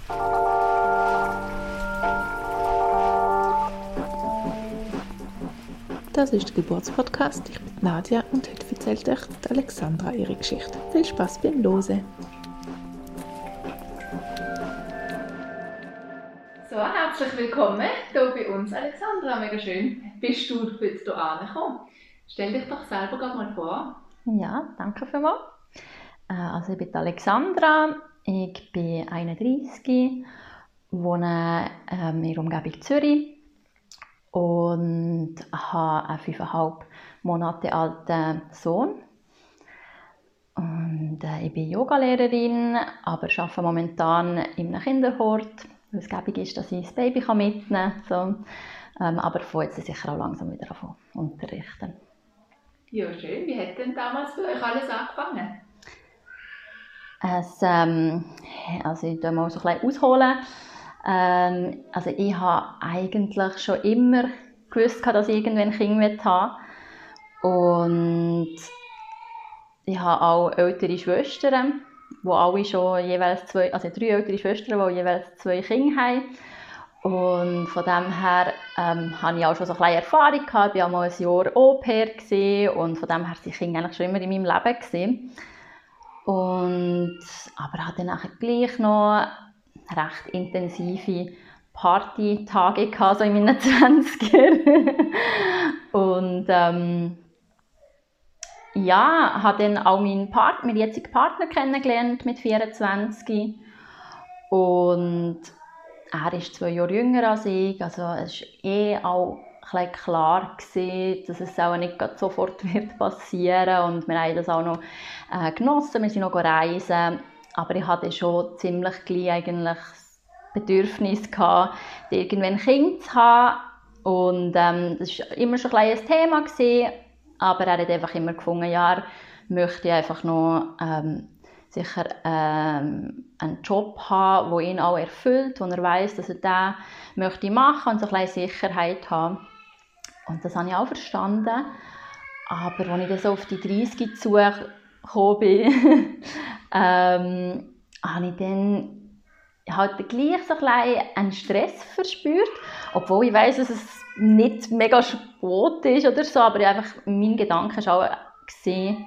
Das ist der Geburtspodcast. Ich bin Nadja und heute erzählt euch Alexandra ihre Geschichte. Viel Spaß beim Hören. So, herzlich willkommen hier bei uns, Alexandra. Mega schön, bist du heute hier angekommen. Stell dich doch selber gerade mal vor. Ja, danke vielmals. Also ich bin Alexandra, ich bin 31, wohne in der Umgebung Zürich und habe einen 5,5 Monate alten Sohn. Und ich bin Yogalehrerin, aber arbeite momentan in einem Kinderhort, weil es gäbig ist, dass ich das Baby mitnehmen kann. So. Aber ich jetzt sicher auch langsam wieder anfangen unterrichten. Ja, schön. Wie hat denn damals für euch alles angefangen? Also ich tue mal so ein bisschen ausholen. Also ich habe eigentlich schon immer gewusst, dass ich irgendwann ein Kind haben will. Und ich habe auch ältere Schwestern, die alle schon jeweils 3 ältere Schwestern, die jeweils 2 Kinder haben. Und von dem her habe ich auch schon so ein bisschen Erfahrung gehabt. Ich war auch mal ein Jahr Au-pair und von dem her waren die Kinder eigentlich schon immer in meinem Leben gewesen. Aber hatte dann gleich noch recht intensive Partytage gehabt, so in meinen 20er. Und habe dann auch meinen jetzigen Partner kennengelernt mit 24. Und er ist 2 Jahre jünger als ich, also es war auch ein klar gewesen, dass es auch nicht sofort wird passieren und wir haben das auch noch genossen, wir sind noch reisen, aber ich hatte schon ziemlich gleich eigentlich das Bedürfnis gehabt, irgendwann ein Kind zu haben und das war immer schon ein Thema gewesen, aber er hat einfach immer gefunden, ja, er möchte einfach noch sicher einen Job haben, der ihn auch erfüllt, wo er weiss, dass er den möchte machen und so ein bisschen Sicherheit haben. Und das habe ich auch verstanden. Aber als ich dann so auf die 30 zugekommen bin, habe ich dann halt gleich so ein bisschen einen Stress verspürt, obwohl ich weiss, dass es nicht mega spät ist oder so, aber einfach mein Gedanke war auch gesehen,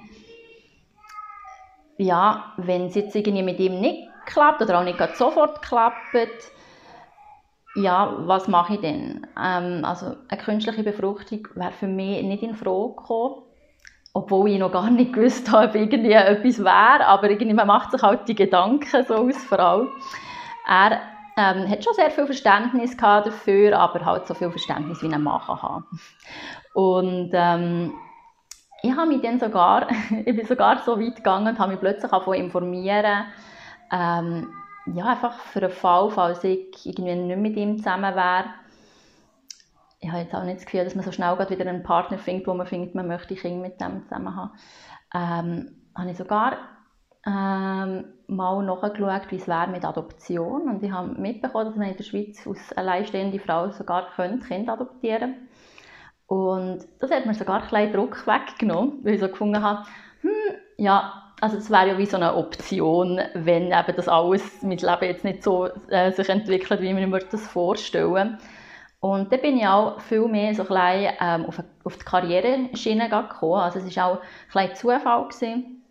ja, wenn es jetzt irgendwie mit ihm nicht klappt oder auch nicht sofort klappt, ja, was mache ich denn? Also eine künstliche Befruchtung wäre für mich nicht in Frage gekommen, obwohl ich noch gar nicht gewusst habe, ob irgendwie etwas wäre, aber irgendwie man macht sich halt die Gedanken so aus, vor allem. Er hat schon sehr viel Verständnis gehabt dafür, aber halt so viel Verständnis, wie ein Mann kann. Und ich habe mich dann ich bin sogar so weit gegangen und habe mich plötzlich davon informieren, einfach für den Fall, falls ich irgendwie nicht mit ihm zusammen wäre. Ich habe jetzt auch nicht das Gefühl, dass man so schnell wieder einen Partner findet, wo man findet, man möchte Kinder mit dem zusammen haben. Habe ich sogar mal nachgeschaut, wie es wäre mit Adoption. Und ich habe mitbekommen, dass man in der Schweiz als alleinstehende Frau sogar Kinder adoptieren könnte. Und das hat mir sogar ein bisschen Druck weggenommen, weil ich so gefunden habe, also das wäre ja wie so eine Option, wenn eben das alles mit Leben jetzt nicht so sich entwickelt, wie wir mir das vorstellen. Und dann bin ich auch viel mehr so ein bisschen, auf die Karriereschiene gekommen. Also es war auch ein bisschen Zufall gewesen.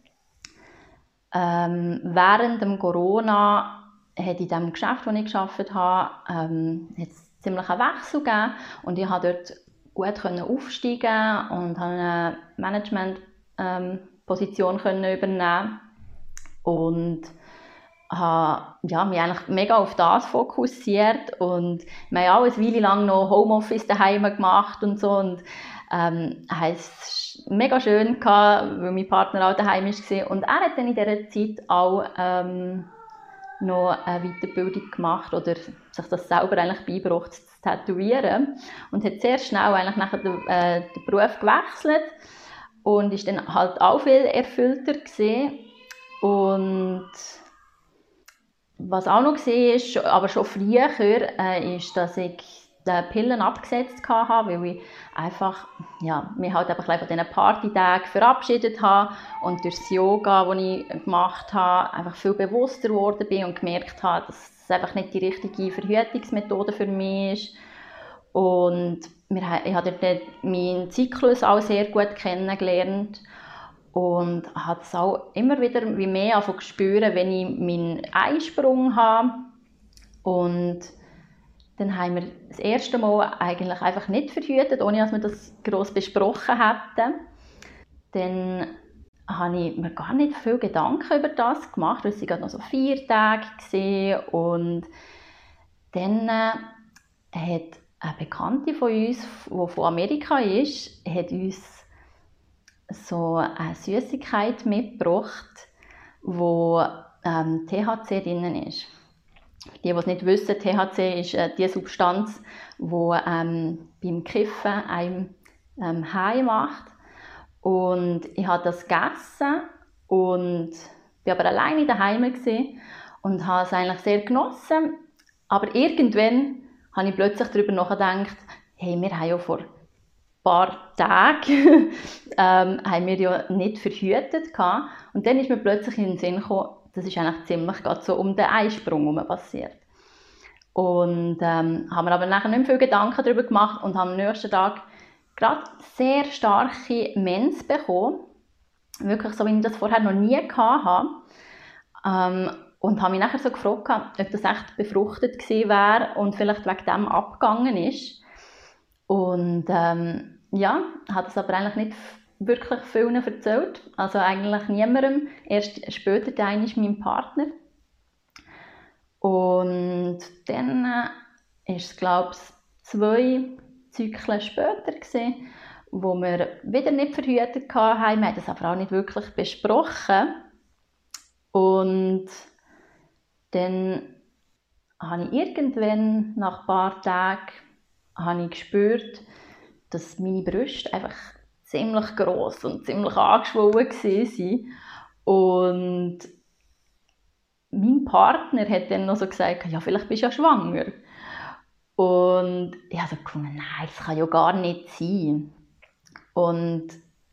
Während dem Corona hat in dem Geschäft, das ich gearbeitet habe, es ziemlich einen Wechsel gegeben und ich konnte dort gut aufsteigen und habe eine Management-Position übernehmen und habe mich eigentlich mega auf das fokussiert und wir haben auch eine Weile lang noch Homeoffice daheim gemacht und so und es war mega schön, weil mein Partner auch daheim war und er hat dann in dieser Zeit auch noch eine Weiterbildung gemacht oder sich das selber eigentlich beigebracht zu tätowieren und hat sehr schnell eigentlich nachher den Beruf gewechselt und ist dann halt auch viel erfüllter gewesen. Und was auch noch war, aber schon früher, ist, dass ich die Pillen abgesetzt hatte, weil ich einfach, ja, mich halt einfach von diesen Partytagen verabschiedet habe und durch das Yoga, das ich gemacht habe, einfach viel bewusster geworden bin und gemerkt habe, dass es einfach nicht die richtige Verhütungsmethode für mich ist. Und ich habe dort meinen Zyklus auch sehr gut kennengelernt und habe es auch immer wieder wie mehr spüren, wenn ich meinen Eisprung habe. Und dann haben wir das erste Mal eigentlich einfach nicht verhütet, ohne dass wir das gross besprochen hätten. Dann habe ich mir gar nicht viel Gedanken über das gemacht, weil es gerade noch so 4 Tage waren. Und dann hat eine Bekannte von uns, die von Amerika ist, hat uns so eine Süßigkeit mitgebracht, wo THC drin ist. Für die, die es nicht wissen, THC ist die Substanz, die beim Kiffen einem high macht. Und ich habe das gegessen und war aber alleine daheim und habe es eigentlich sehr genossen. Aber irgendwann habe ich plötzlich darüber nachgedacht, hey, wir haben ja vor ein paar Tagen haben wir ja nicht verhütet gehabt. Und dann ist mir plötzlich in den Sinn gekommen, das ist eigentlich ziemlich gerade so um den Eisprung herum passiert. Und haben mir aber nachher nicht mehr viel Gedanken darüber gemacht und haben am nächsten Tag gerade sehr starke Mens bekommen. Wirklich so, wie ich das vorher noch nie hatte. Und habe mich nachher so gefragt, ob das echt befruchtet gewesen wäre und vielleicht wegen dem abgegangen ist. Und ja, habe das aber eigentlich nicht wirklich vielen erzählt. Also eigentlich niemandem. Erst später dann ist mein Partner. Und dann war es, glaube ich, 2 Zyklen später gewesen, wo wir wieder nicht verhütet haben. Wir haben das aber auch nicht wirklich besprochen. Und dann habe ich irgendwann, nach ein paar Tagen, gespürt, dass meine Brüste einfach ziemlich gross und ziemlich angeschwollen waren. Und mein Partner hat dann noch so gesagt, ja, vielleicht bist du ja schwanger. Und ich habe so gefunden, nein, das kann ja gar nicht sein. Und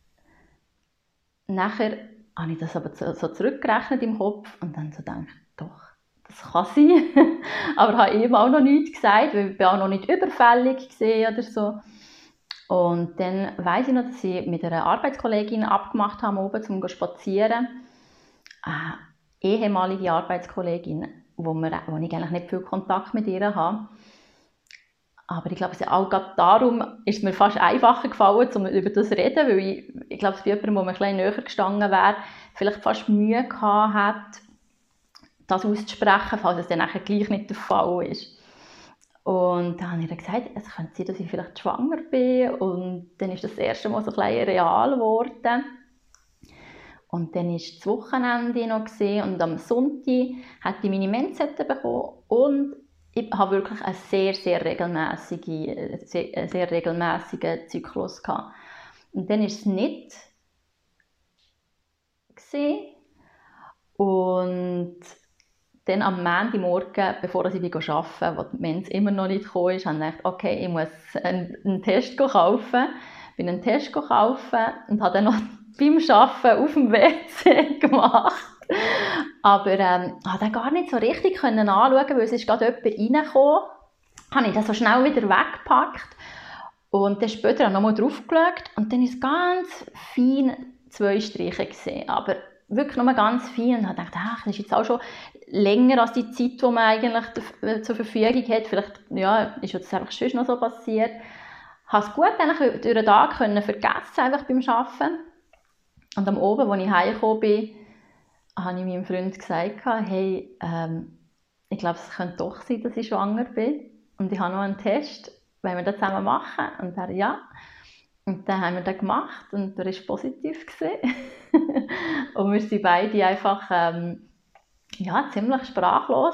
nachher habe ich das aber so zurückgerechnet im Kopf und dann so gedacht, doch, das kann sein. Aber ich habe ihm auch noch nichts gesagt, weil ich auch noch nicht überfällig war oder so. Und dann weiss ich noch, dass ich mit einer Arbeitskollegin abgemacht habe, oben zum spazieren. Eine ehemalige Arbeitskollegin, wo ich eigentlich nicht viel Kontakt mit ihr habe. Aber ich glaube, auch gerade darum ist es mir fast einfacher gefallen, um über das zu reden, weil ich glaube, es bei jemandem, der mir ein bisschen näher gestanden wäre, vielleicht fast Mühe gehabt hat, das auszusprechen, falls es dann nachher gleich nicht der Fall ist. Und dann habe ich ihr gesagt, es könnte sein, dass ich vielleicht schwanger bin. Und dann ist das erste Mal so ein bisschen real geworden. Und dann war das Wochenende noch und am Sonntag hatte ich meine Menshette bekommen und ich habe wirklich einen sehr, sehr regelmässigen Zyklus gehabt. Und dann war es nicht gewesen. Und dann am Montagmorgen, bevor ich arbeiten bin, wo die Mens immer noch nicht gekommen ist, habe ich gedacht, okay, ich muss einen Test kaufen. Ich bin einen Test kaufen und habe dann noch beim Arbeiten auf dem WC gemacht. Aber konnte den gar nicht so richtig anschauen, weil es ist gerade jemand reingekommen. Habe ich das so schnell wieder weggepackt. Und dann später habe ich nochmal drauf geschaut und dann ist es ganz fein 2 Striche gesehen. Aber wirklich nur ganz fein. Und habe gedacht, das ist jetzt auch schon länger als die Zeit, die man eigentlich zur Verfügung hat. Vielleicht ja, ist das einfach schon noch so passiert. Ich konnte es gut durch den Tag vergessen, einfach beim Arbeiten. Und am Abend, als ich heimgekommen bin, habe ich meinem Freund gesagt, hey, ich glaube, es könnte doch sein, dass ich schwanger bin. Und ich habe noch einen Test, wollen wir das zusammen machen? Und er, ja. Und dann haben wir das gemacht und der war positiv. Und wir waren beide einfach ja, ziemlich sprachlos.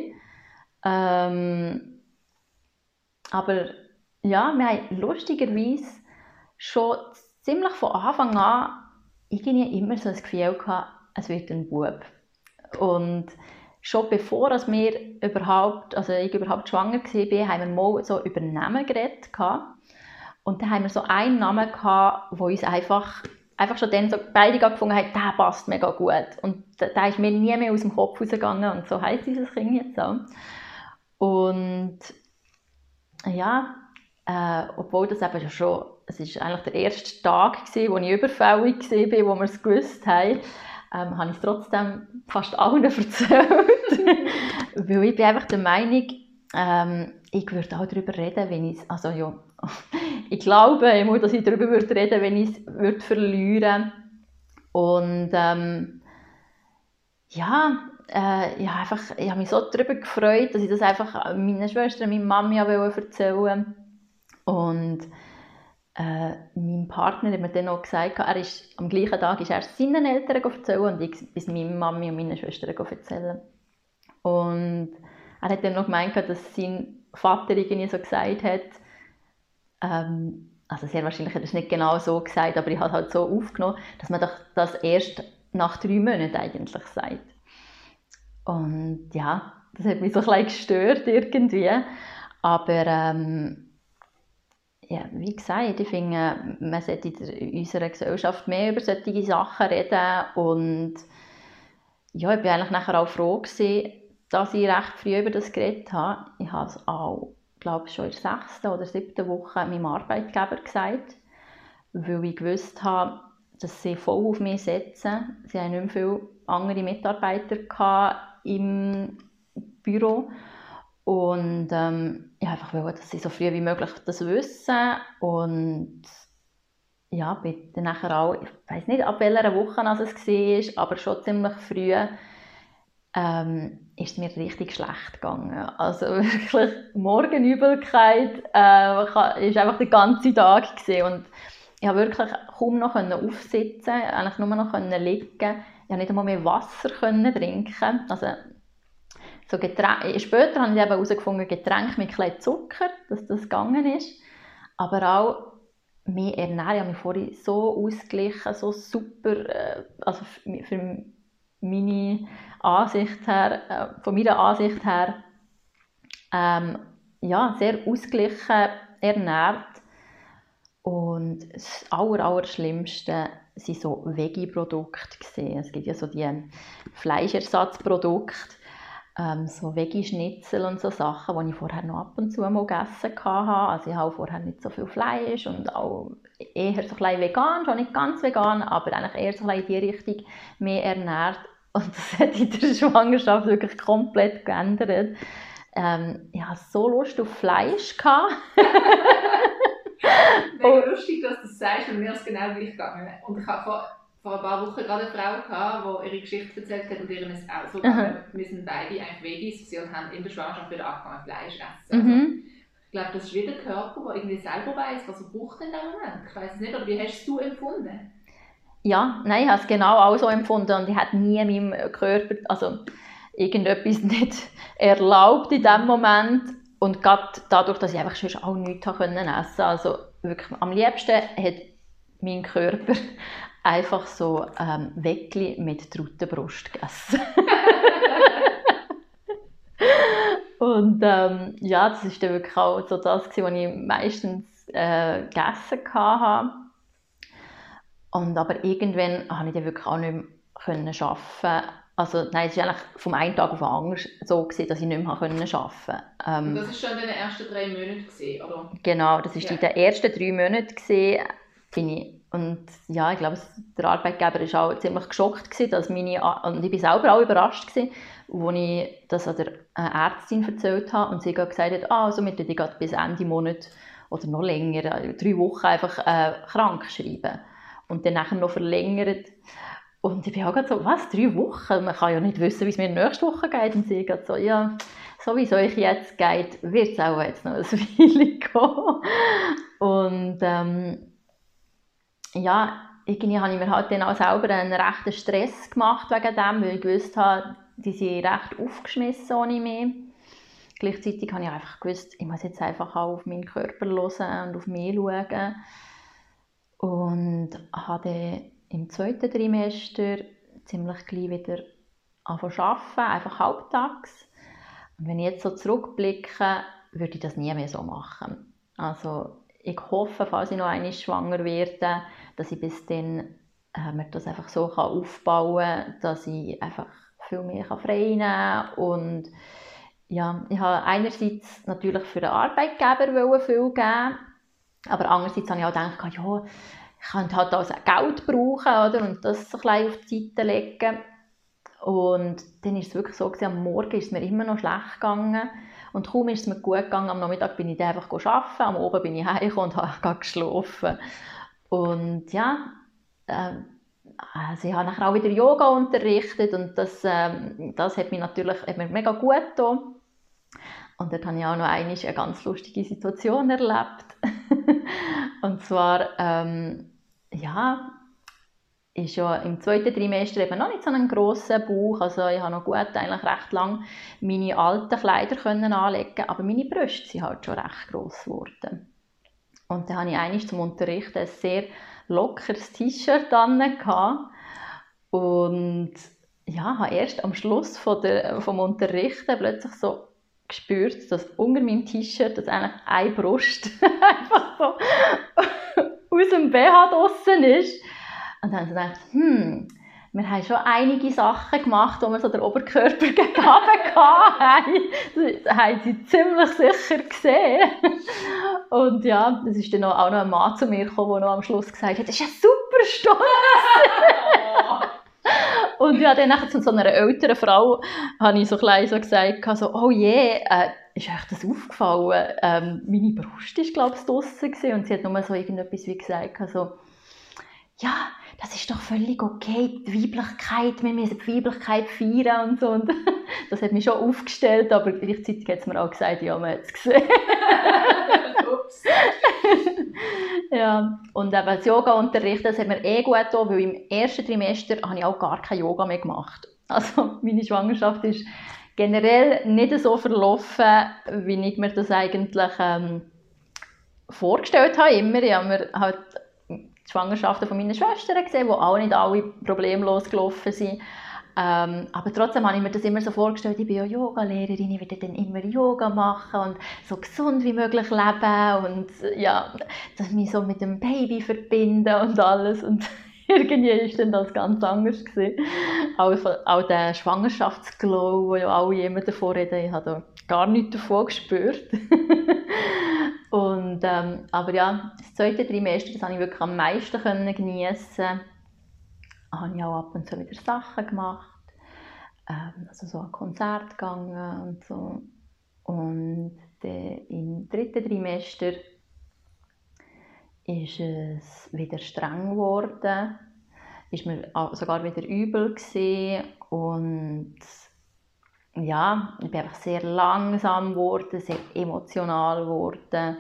Aber ja, wir haben lustigerweise schon ziemlich von Anfang an irgendwie immer so das Gefühl gehabt, es wird ein Bub. Und schon bevor als ich überhaupt schwanger war, haben wir mal so über Namen geredet. Und dann haben wir so einen Namen gehabt, wo uns einfach schon dann so beide gefunden haben, der passt mega gut. Und der ist mir nie mehr aus dem Kopf rausgegangen. Und so heisst dieses Kind jetzt auch. Und ja, obwohl das eben schon, es war eigentlich der erste Tag, wo ich überfällig war, wo wir es gewusst haben, habe ich es trotzdem fast allen erzählt. Weil ich bin einfach der Meinung, ich würde auch darüber reden, wenn ich es, also ja, ich glaube, dass ich darüber reden würde, wenn ich es verlieren würde. Und ich habe mich so darüber gefreut, dass ich das einfach meiner Schwester, meiner Mami erzählen wollte. Und mein Partner hat mir dann auch gesagt, am gleichen Tag ist er seinen Eltern erzählen und ich bis meiner Mami und meiner Schwester erzählen. Und er hat dann noch gemeint, dass sein Vater irgendwie so gesagt hat, also sehr wahrscheinlich hat er es nicht genau so gesagt, aber ich habe es halt so aufgenommen, dass man doch das erst nach 3 Monaten eigentlich sagt. Und ja, das hat mich so ein bisschen gestört irgendwie. Aber ja, wie gesagt, ich finde, man sollte in unserer Gesellschaft mehr über solche Sachen reden. Und ja, ich war eigentlich nachher auch froh gewesen, dass ich recht früh über das geredet habe. Ich habe es auch, glaube ich, schon in der 6. oder 7. Woche meinem Arbeitgeber gesagt, weil ich gewusst habe, dass sie voll auf mich setzen. Sie haben nicht mehr viele andere Mitarbeiter im Büro. Und ich einfach wollte, dass sie so früh wie möglich das wissen. Und ja, bin dann nachher auch, ich weiss nicht, ab welcher Woche es war, aber schon ziemlich früh ist es mir richtig schlecht gegangen. Also wirklich, Morgenübelkeit war einfach den ganzen Tag gewesen. Und ich konnte wirklich kaum noch aufsitzen, eigentlich nur noch liegen. Ich konnte nicht einmal mehr Wasser trinken. Also, so später habe ich eben herausgefunden, Getränke mit etwas Zucker, dass das gegangen ist. Aber auch mich ernähren, ich habe mich vorhin so ausgeglichen, so super, also für meine Ansicht her, von meiner Ansicht her, ja, sehr ausgeglichen ernährt. Und das Allerschlimmste waren so Veggie-Produkte. Es gibt ja so die Fleischersatzprodukte, so Veggie-Schnitzel und so Sachen, die ich vorher noch ab und zu mal gegessen habe. Also ich habe vorher nicht so viel Fleisch und auch eher so ein bisschen vegan, schon nicht ganz vegan, aber eigentlich eher so ein bisschen in die Richtung mehr ernährt. Und das hat in der Schwangerschaft wirklich komplett geändert. Ich hatte so Lust auf Fleisch. Mega lustig, dass du das sagst, und mir ist es genau gleich gegangen. Und ich habe vor ein paar Wochen gerade eine Frau gehabt, die ihre Geschichte erzählt hat und ihr ist auch so gegangen. Wir sind beide eigentlich Veggies, sie haben in der Schwangerschaft wieder angefangen Fleisch zu essen. Also, ich glaube, das ist wieder der Körper, der irgendwie selber weiss, was er braucht in dem Moment. Ich weiss es nicht, aber wie hast du es empfunden? Ja, nein, ich habe es genau auch so empfunden und ich hätte nie meinem Körper irgendetwas nicht erlaubt in diesem Moment. Und gerade dadurch, dass ich einfach sonst auch nichts essen konnte. Also wirklich, am liebsten hat mein Körper einfach so Weckli mit Trautenbrust gegessen. Und ja, das war dann wirklich auch so das, was ich meistens gegessen habe. Und aber irgendwann konnte ich dann wirklich auch nicht mehr arbeiten. Also nein, es war eigentlich vom einen Tag auf den anderen so, dass ich nicht mehr arbeiten konnte. Und das war schon in den ersten 3 Monaten, oder? Genau, das war in den ersten 3 Monaten, bin ich. Und ja, ich glaube, der Arbeitgeber war auch ziemlich geschockt, dass und ich war selber auch überrascht, als ich das an der Ärztin erzählt habe und sie gesagt hat, also wir können dich bis Ende Monat oder noch länger, 3 Wochen einfach krank schreiben. Und dann nachher noch verlängert. Und ich bin auch so, was, 3 Wochen? Man kann ja nicht wissen, wie es mir nächste Woche geht. Und sie geht so, ja, so wie es euch jetzt geht, wird es auch jetzt noch ein Weile gehen. Und ja, irgendwie habe ich mir halt dann auch selber einen rechten Stress gemacht wegen dem, weil ich gewusst habe, die sind recht aufgeschmissen ohne mich. Gleichzeitig habe ich einfach gewusst, ich muss jetzt einfach auch auf meinen Körper hören und auf mich schauen. Und habe im 2. Trimester ziemlich gleich wieder arbeiten, einfach halbtags. Und wenn ich jetzt so zurückblicke, würde ich das nie mehr so machen. Also ich hoffe, falls ich noch einmal schwanger werde, dass ich bis dann mir das einfach so aufbauen kann, dass ich einfach viel mehr frei nehmen kann. Und ja, ich habe einerseits natürlich für den Arbeitgeber viel geben, aber andererseits habe ich auch gedacht, ja, ich könnte halt auch Geld brauchen, oder? Und das so ein bisschen auf die Seite legen. Und dann war es wirklich so, am Morgen ist es mir immer noch schlecht gegangen. Und kaum ist es mir gut gegangen, am Nachmittag bin ich dann einfach arbeiten, am Abend bin ich heimgekommen und habe geschlafen. Und ja, also ich habe nachher auch wieder Yoga unterrichtet und das hat mir mega gut getan. Und dort habe ich auch noch eine ganz lustige Situation erlebt. Und zwar, ist ja im zweiten Trimester eben noch nicht so einen grossen Bauch. Also ich habe noch gut, eigentlich recht lang meine alten Kleider anlegen, aber meine Brüste sind halt schon recht gross geworden. Und dann hatte ich einmal zum Unterrichten ein sehr lockeres T-Shirt an. Und ja, habe erst am Schluss vom Unterrichten plötzlich so gespürt, dass unter meinem T-Shirt eigentlich eine Brust einfach so aus dem BH draussen ist. Und dann habe ich gedacht, wir haben schon einige Sachen gemacht, wo wir so den Oberkörper gegeben haben. Das haben sie ziemlich sicher gesehen. Und ja, es ist dann auch noch ein Mann zu mir gekommen, der noch am Schluss gesagt hat, das ist ja super stolz. Und ja, dann nachher zu so einer älteren Frau habe ich so klein so gesagt, so, oh je, ist euch das aufgefallen? Meine Brust war, glaube ich, draussen gewesen. Und sie hat nur so irgendetwas wie gesagt, so, ja, das ist doch völlig okay, die Weiblichkeit, wir müssen die Weiblichkeit feiern und so. Und das hat mich schon aufgestellt, aber gleichzeitig hat es mir auch gesagt, ja, man hat es gesehen. Ups. Ja, und eben das Yoga-Unterricht, das hat mir gut getan, weil im ersten Trimester habe ich auch gar kein Yoga mehr gemacht. Also meine Schwangerschaft ist generell nicht so verlaufen, wie ich mir das eigentlich vorgestellt habe. Immer. Ich habe mir halt die Schwangerschaften von meinen Schwestern gesehen, die auch nicht alle problemlos gelaufen sind. Aber trotzdem habe ich mir das immer so vorgestellt, ich bin ja Yoga-Lehrerin, ich werde dann immer Yoga machen und so gesund wie möglich leben und ja, dass mich so mit dem Baby verbinden und alles. Und irgendwie war dann das ganz anders gewesen. Auch der Schwangerschaftsglow, wo ja alle immer davon reden, ich habe da gar nichts davon gespürt. Und, aber ja, das zweite Trimester, das konnte ich wirklich am meisten geniessen. Da habe ich auch ab und zu wieder Sachen gemacht. Also so an Konzerte gegangen und so. Und im dritten Trimester ist es wieder streng geworden. Ist mir sogar wieder übel gewesen. Und ja, ich bin einfach sehr langsam geworden, sehr emotional geworden.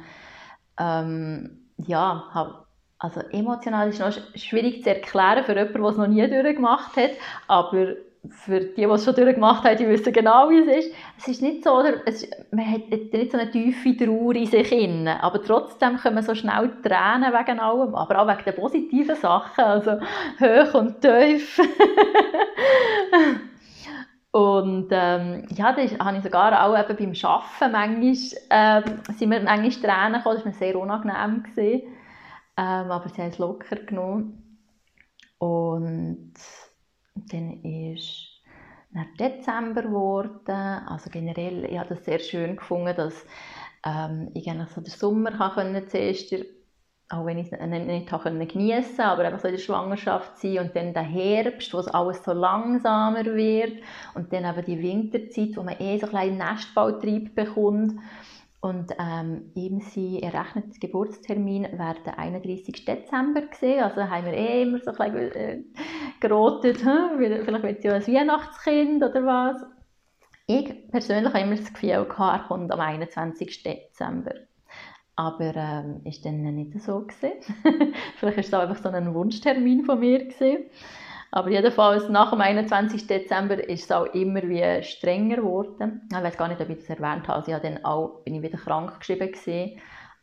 Also emotional ist noch schwierig zu erklären für jemanden, der es noch nie durchgemacht hat, aber für die es schon durchgemacht haben, die wissen genau, wie es ist. Es ist nicht so, man hat nicht so eine tiefe Trauer in sich drin, aber trotzdem kommen so schnell Tränen wegen allem, aber auch wegen den positiven Sachen, also hoch und tief. Und ja, da habe ich sogar auch eben beim Arbeiten manchmal, sind mir manchmal Tränen gekommen, das war mir sehr unangenehm gewesen. Aber sie haben es locker genommen. Und dann ist Dezember geworden. Also generell, ich habe das sehr schön gefunden, dass ich eigentlich so den Sommer zuerst, auch wenn ich es nicht geniessen konnte, aber einfach so in der Schwangerschaft sein und dann der Herbst, wo es alles so langsamer wird und dann eben die Winterzeit, wo man so ein bisschen Nestbautrieb bekommt. Und ihm sein errechneter Geburtstermin wäre der 31. Dezember gewesen. Also haben wir immer so ein bisschen gerotet, vielleicht wird es ja ein Weihnachtskind oder was. Ich persönlich habe immer das Gefühl gehabt, er kommt am 21. Dezember. Aber ist dann nicht so gewesen. Vielleicht war es auch einfach so ein Wunschtermin von mir gewesen. Aber jedenfalls nach dem 21. Dezember ist es auch immer wie strenger geworden. Ich weiß gar nicht, ob ich das erwähnt habe. Also dann auch, bin ich wieder krank geschrieben gewesen.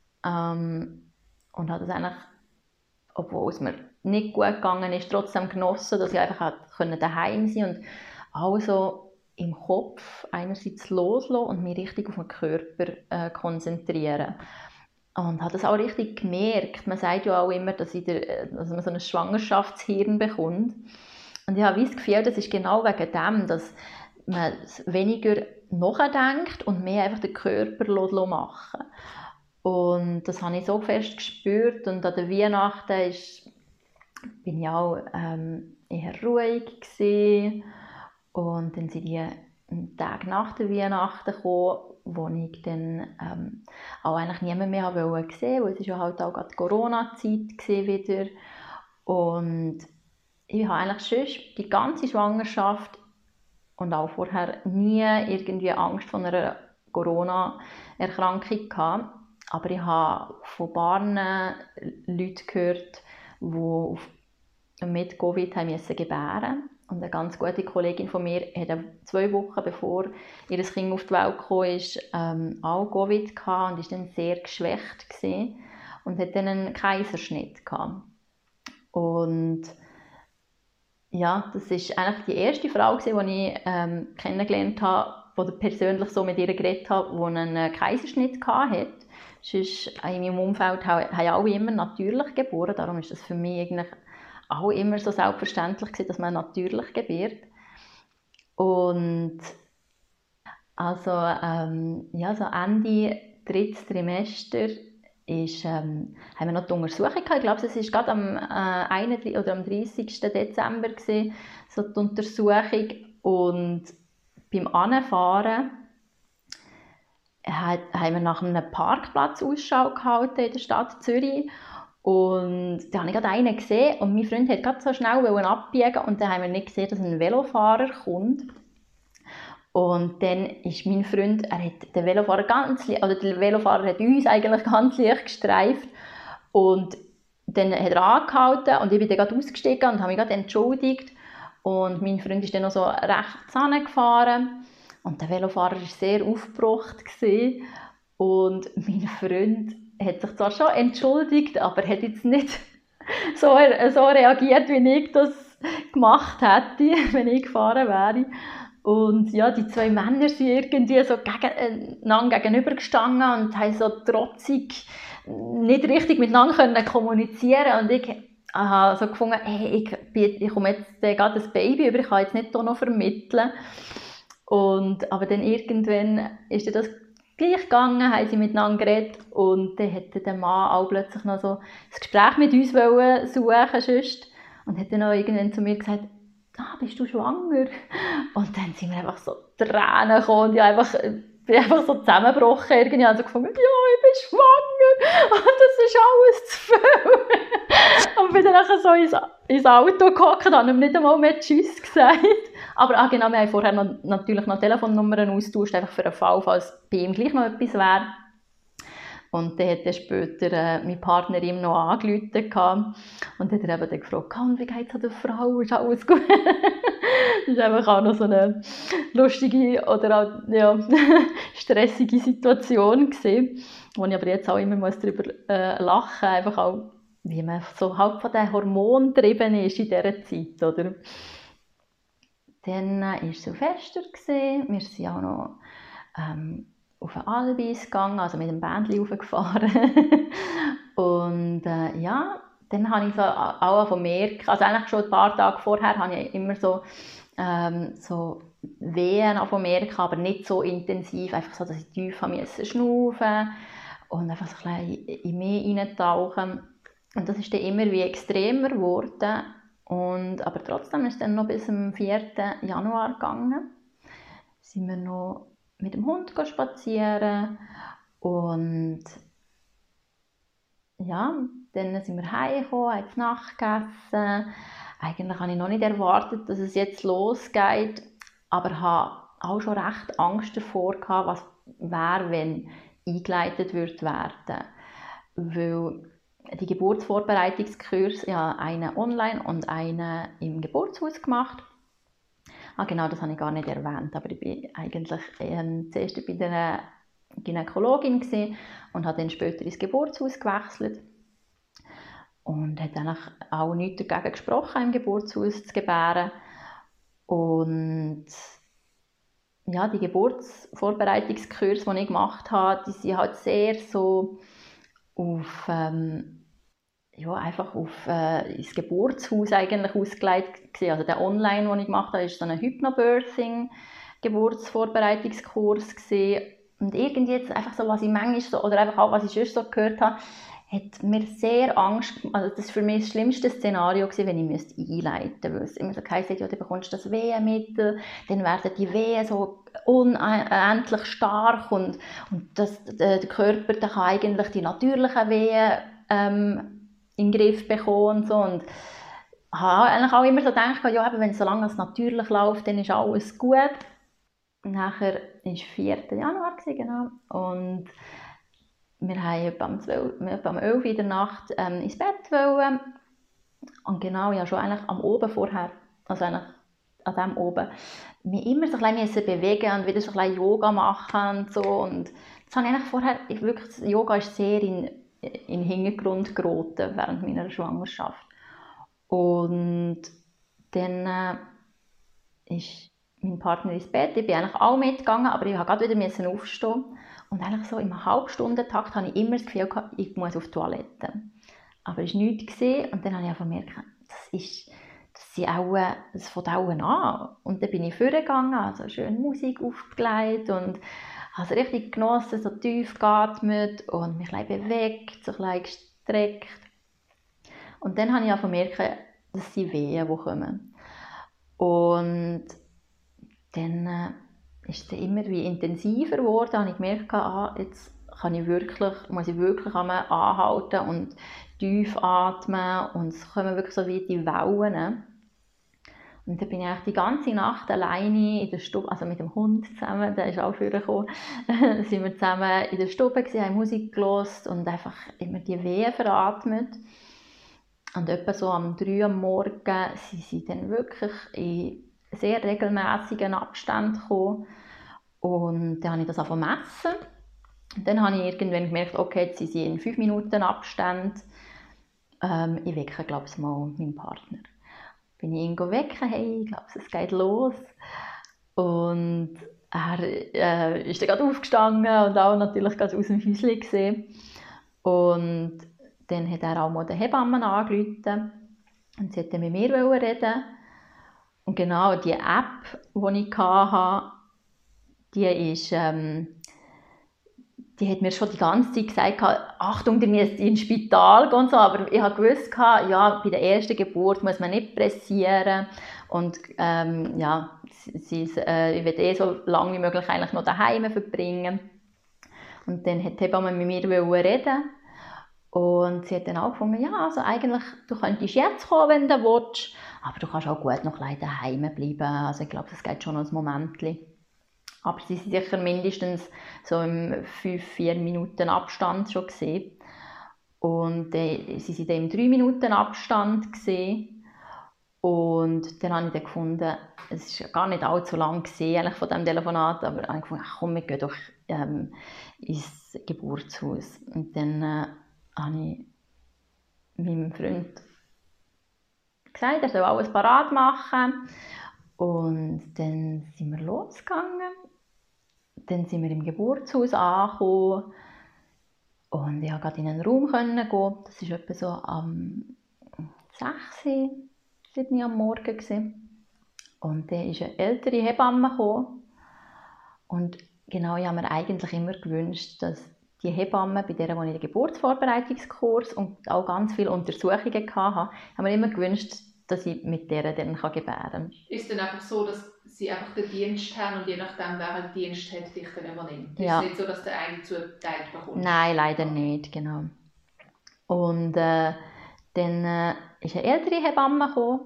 Und habe das eigentlich, obwohl es mir nicht gut gegangen ist, trotzdem genossen, dass ich einfach daheim sein konnte. Und Also im Kopf einerseits loslassen und mich richtig auf den Körper konzentrieren. Und habe das auch richtig gemerkt. Man sagt ja auch immer, dass man so ein Schwangerschaftshirn bekommt. Und ich habe das Gefühl, das ist genau wegen dem, dass man weniger nachdenkt und mehr einfach den Körper machen. Und das habe ich so fest gespürt. Und an der Weihnachten bin ich auch eher ruhig gewesen. Und dann sind die Tag nach der Weihnachten gekommen, wo ich dann auch eigentlich niemand mehr sehen wollte, weil es ja halt auch gerade die Corona-Zeit wieder. Und ich habe eigentlich schon die ganze Schwangerschaft und auch vorher nie irgendwie Angst vor einer Corona-Erkrankung gehabt. Aber ich habe von paar Leuten gehört, die mit Covid gebären mussten. Und eine ganz gute Kollegin von mir hatte 2 Wochen bevor ihr Kind auf die Welt kam, auch Covid gehabt und war dann sehr geschwächt gewesen und hatte dann einen Kaiserschnitt gehabt. Und ja, das war eigentlich die erste Frau, die ich kennengelernt habe, oder persönlich so mit ihr geredet habe, die einen Kaiserschnitt hatte. Sonst in meinem Umfeld haben alle immer natürlich geboren, darum ist das für mich eigentlich auch immer so selbstverständlich gewesen, dass man natürlich gebiert. Und also ja, so Ende 3. Trimester haben wir noch die Untersuchung gehabt. Ich glaube, es war gerade am 31. oder am 30. Dezember gewesen, so die Untersuchung. Und beim Anfahren haben wir nach einem Parkplatz Ausschau gehalten in der Stadt Zürich. Und da habe ich gerade einen gesehen und mein Freund wollte gerade so schnell abbiegen und dann haben wir nicht gesehen, dass ein Velofahrer kommt. Und dann ist mein Freund, der Velofahrer hat uns eigentlich ganz leicht gestreift und dann hat er angehalten und ich bin dann gerade ausgestiegen und habe mich gerade entschuldigt und mein Freund ist dann noch so rechts gefahren und der Velofahrer war sehr aufgebracht gewesen. Und mein Freund hat sich zwar schon entschuldigt, aber hat jetzt nicht so reagiert, wie ich das gemacht hätte, wenn ich gefahren wäre. Und ja, die 2 Männer sind irgendwie so einander gegenübergestanden und haben so trotzig nicht richtig miteinander kommunizieren. Und ich habe so gefunden, hey, ich komme jetzt gerade das Baby über, ich kann jetzt nicht hier noch vermitteln. Aber dann irgendwann ist das gleich gegangen, haben sie miteinander geredet und dann hat der Mann auch plötzlich noch so ein Gespräch mit uns suchen sonst. Und hat dann auch irgendwann zu mir gesagt, bist du schwanger? Und dann sind wir einfach so Tränen gekommen und ich bin einfach so zusammengebrochen. Irgendwie habe ich so gefunden, ja, ich bin schwanger und das ist alles zu viel. Und bin dann nachher so ins Auto gehockt und habe ihm nicht einmal mehr Tschüss gesagt. Aber genau, wir haben vorher natürlich noch Telefonnummern austauscht, einfach für den Fall, falls bei ihm gleich noch etwas wäre. Und dann hat er später mein Partner ihm noch angerufen und hat er eben dann gefragt, wie geht es der Frau, ist alles gut? Das war einfach auch noch so eine lustige oder auch, ja, stressige Situation gewesen, wo ich aber jetzt auch immer darüber lachen muss, einfach auch, wie man so halt von den Hormonen getrieben ist in dieser Zeit, oder? Dann war Silvester gewesen. Wir sind auch noch auf den Albis gegangen, also mit dem Bändchen raufgefahren. Und ja, dann habe ich so auch merken, also eigentlich schon ein paar Tage vorher habe ich immer so Wehen merken, aber nicht so intensiv, einfach so, dass ich tief schnaufen und einfach so ein bisschen in mich reintauchen. Und das ist dann immer wie extremer geworden. Aber trotzdem ist es dann noch bis zum 4. Januar gegangen. Sind wir noch mit dem Hund spazieren und ja, dann sind wir heimgekommen, haben die Nacht gegessen. Eigentlich habe ich noch nicht erwartet, dass es jetzt losgeht, aber habe auch schon recht Angst davor gehabt, was wäre, wenn eingeleitet werden. Weil die Geburtsvorbereitungskurse, ja, einen online und einen im Geburtshaus gemacht. Genau, das habe ich gar nicht erwähnt, aber ich bin eigentlich zuerst bei der Gynäkologin und habe dann später ins Geburtshaus gewechselt. Und hat eigentlich auch nichts dagegen gesprochen, im Geburtshaus zu gebären. Und ja, die Geburtsvorbereitungskurse, die ich gemacht habe, die sind halt sehr so auf, ja, einfach auf das Geburtshaus eigentlich ausgelegt gewesen. Also der Online, den ich gemacht habe, ist so ein Hypnobirthing-Geburtsvorbereitungskurs gewesen. Und irgendwie jetzt einfach so, was ich manchmal so, oder einfach auch, was ich sonst so gehört habe, hat mir sehr Angst gemacht. Also das war für mich das schlimmste Szenario gewesen, wenn ich einleiten müsste. Weil es immer so heisst, ja, du bekommst das Wehenmittel, dann werden die Wehen so unendlich stark und der Körper der kann eigentlich die natürlichen Wehen in den Griff bekommen und so. Und ich habe eigentlich auch immer so gedacht, ja, wenn es so lange als natürlich läuft, dann ist alles gut. Und nachher war es 4. Januar, genau. Und wir haben etwa um 11 Uhr in der Nacht ins Bett wollen. Und genau, ja, schon eigentlich am Oben vorher, also eigentlich an dem oben, mich immer so ein bisschen bewegen und wieder so ein bisschen Yoga machen und so. Und das habe ich eigentlich vorher, wirklich, Yoga ist sehr in den Hintergrund geraten während meiner Schwangerschaft. Und dann ist mein Partner ins Bett, ich bin eigentlich auch mitgegangen, aber ich musste gerade wieder aufstehen. Und eigentlich so im Halbstundentakt hatte ich immer das Gefühl, ich muss auf die Toilette. Aber es war nichts. Und dann habe ich gemerkt, das fängt auch an. Und dann bin ich vorgegangen, also schön Musik aufgelegt und habe es richtig genossen, so tief geatmet und mich ein bisschen bewegt, so ein bisschen gestreckt. Und dann habe ich gemerkt, dass sie Wehen, die kommen. Und dann ist es immer wie intensiver geworden. Da habe ich gemerkt, jetzt muss ich wirklich anhalten und tief atmen. Und es kommen wirklich so wie die Wellen. Und dann bin ich die ganze Nacht alleine in der Stube, also mit dem Hund zusammen, der ist auch vorgekommen, sind wir zusammen in der Stube gewesen, haben Musik gehört und einfach immer die Wehen veratmet. Und etwa so um 3 Uhr am Morgen sind sie dann wirklich in sehr regelmäßigen Abständen gekommen. Und dann habe ich das angefangen zu messen. Und dann habe ich irgendwann gemerkt, okay, jetzt sind sie in 5 Minuten Abstand. Ich wecke, glaube ich, mal meinen Partner. Bin ich ihn wecken, hey, ich glaube, es geht los. Und er ist dann gerade aufgestanden und auch natürlich gerade aus dem Häuschen gesehen. Und dann hat er auch mal den Hebammen angerufen und sie wollte mit mir reden. Und genau die App, die ich hatte, die hat mir schon die ganze Zeit gesagt, Achtung, ihr müsst ins Spital gehen und so, aber ich wusste, ja, bei der ersten Geburt muss man nicht pressieren und ja, ich will so lange wie möglich eigentlich noch daheim verbringen. Und dann hat die Hebamme mit mir reden und sie hat dann auch gefunden, ja, also eigentlich, du könntest jetzt kommen, wenn du willst, aber du kannst auch gut noch daheim bleiben, also ich glaube, das geht schon noch ein Momentchen. Aber sie waren sicher mindestens so im 5-4 Minuten Abstand schon gesehen. Und sie waren im 3 Minuten Abstand gesehen. Und dann habe ich dann gefunden, es war gar nicht allzu lang gesehen von diesem Telefonat, aber ich habe gefunden, komm, wir gehen doch ins Geburtshaus. Und dann habe ich meinem Freund gesagt, er soll alles parat machen. Und dann sind wir losgegangen. Dann sind wir im Geburtshaus angekommen und ich konnte gerade in einen Raum gehen. Das war etwa so am 6, 7 am Morgen. Und dann ist eine ältere Hebamme gekommen. Und genau, ich habe mir eigentlich immer gewünscht, dass die Hebamme, bei der ich den Geburtsvorbereitungskurs und auch ganz viele Untersuchungen hatte, habe mir immer gewünscht, dass ich mit der dann gebären kann. Ist es dann einfach so, dass sie einfach den Dienst haben und je nachdem, wer den Dienst hat, dich dann übernimmt? Ja. Ist es nicht so, dass der eine zugeteilt bekommt? Nein, leider nicht, genau. Und dann ist eine ältere Hebamme gekommen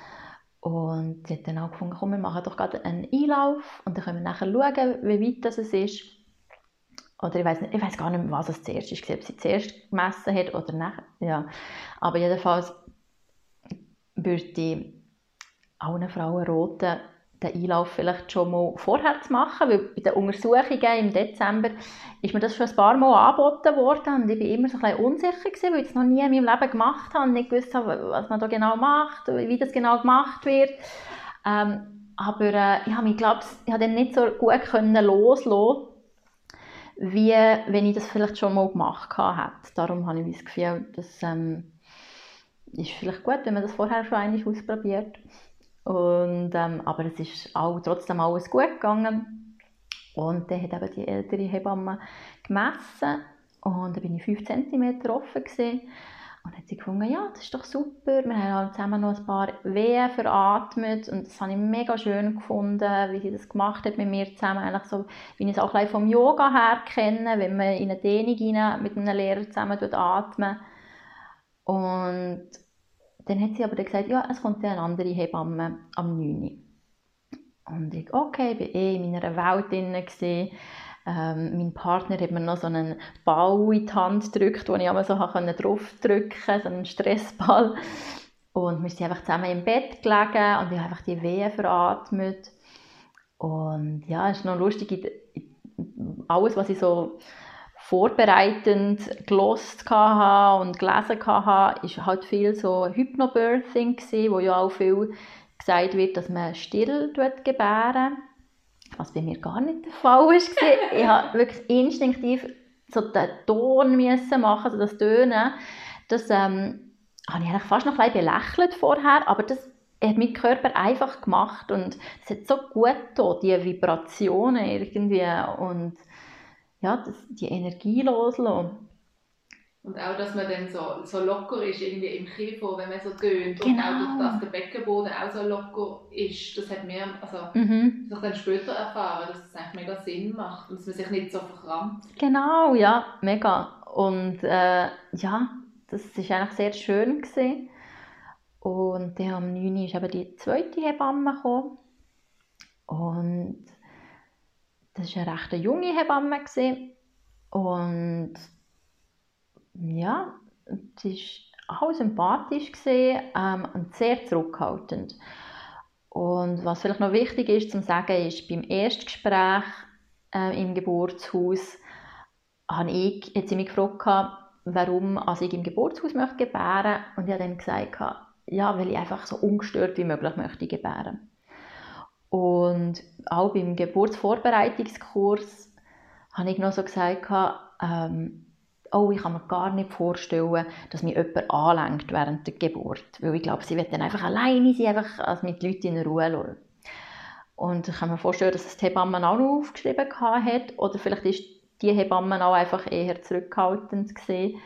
und sie hat dann auch gefunden, komm, wir machen doch gerade einen Einlauf und dann können wir nachher schauen, wie weit das ist. Oder ich weiss gar nicht mehr, was es zuerst ist, ob sie zuerst gemessen hat oder nachher. Ja. Aber jedenfalls würde ich allen Frauen raten, den Einlauf vielleicht schon mal vorher zu machen, weil bei den Untersuchungen im Dezember ist mir das schon ein paar Mal angeboten worden und ich war immer so ein bisschen unsicher gewesen, weil ich es noch nie in meinem Leben gemacht habe und nicht gewusst habe, was man da genau macht, wie das genau gemacht wird. aber ich habe dann nicht so gut loslassen, wie wenn ich das vielleicht schon mal gemacht hätte. Darum habe ich das Gefühl, das ist vielleicht gut, wenn man das vorher schon einmal ausprobiert. Und, aber es ist trotzdem alles gut gegangen. Und dann hat eben die ältere Hebamme gemessen und dann bin ich 5 cm offen gewesen. Und dann hat sie gefunden, ja, das ist doch super. Wir haben zusammen noch ein paar Wehen veratmet und das habe ich mega schön gefunden, wie sie das gemacht hat mit mir zusammen. Eigentlich so, wie ich es auch vom Yoga her kenne, wenn man in eine Dehnung rein mit einem Lehrer zusammen atmet. Und dann hat sie aber gesagt, ja, es kommt eine andere Hebamme am 9. Und ich, okay, ich war in meiner Welt drin. Mein Partner hat mir noch so einen Ball in die Hand gedrückt, den ich einmal so draufdrücken konnte, so einen Stressball. Und wir sind einfach zusammen im Bett gelegen und ich habe einfach die Wehen veratmet. Und ja, es ist noch lustig, alles, was ich so vorbereitend gehört und gelesen habe, ist halt viel so Hypnobirthing gewesen, wo ja auch viel gesagt wird, dass man still gebären, was bei mir gar nicht der Fall war. Ich habe wirklich instinktiv so den Ton machen, also das Tönen. Das habe ich eigentlich fast noch ein bisschen belächelt vorher, aber das hat mein Körper einfach gemacht und es hat so gut getan, die Vibrationen irgendwie und ja, die Energie loslassen. Und auch, dass man dann so locker ist irgendwie im Kiefer, wenn man so tönt. Genau. Und auch durch das der Beckenboden auch so locker ist. Das hat mir, ich dann später erfahren, dass das eigentlich mega Sinn macht und dass man sich nicht so verkrampft. Genau, ja, mega. Und ja, das war eigentlich sehr schön gewesen. Und dann am 9. ist eben die zweite Hebamme gekommen. Und das war eine recht junge Hebamme gewesen. Und ja, sie war auch sympathisch gewesen, und sehr zurückhaltend. Und was vielleicht noch wichtig ist zu sagen, ist, beim Erstgespräch im Geburtshaus hat sie mich gefragt, warum ich im Geburtshaus möchte gebären. Und ich habe dann gesagt, ja, weil ich einfach so ungestört wie möglich möchte gebären. Und auch beim Geburtsvorbereitungskurs habe ich noch so gesagt, ich kann mir gar nicht vorstellen, dass mich jemand anlenkt während der Geburt. Weil ich glaube, sie wird dann einfach alleine sein, einfach mit Leuten in Ruhe lassen. Und ich kann mir vorstellen, dass das die Hebamme auch noch aufgeschrieben hat. Oder vielleicht ist die Hebamme auch einfach eher zurückhaltend gewesen.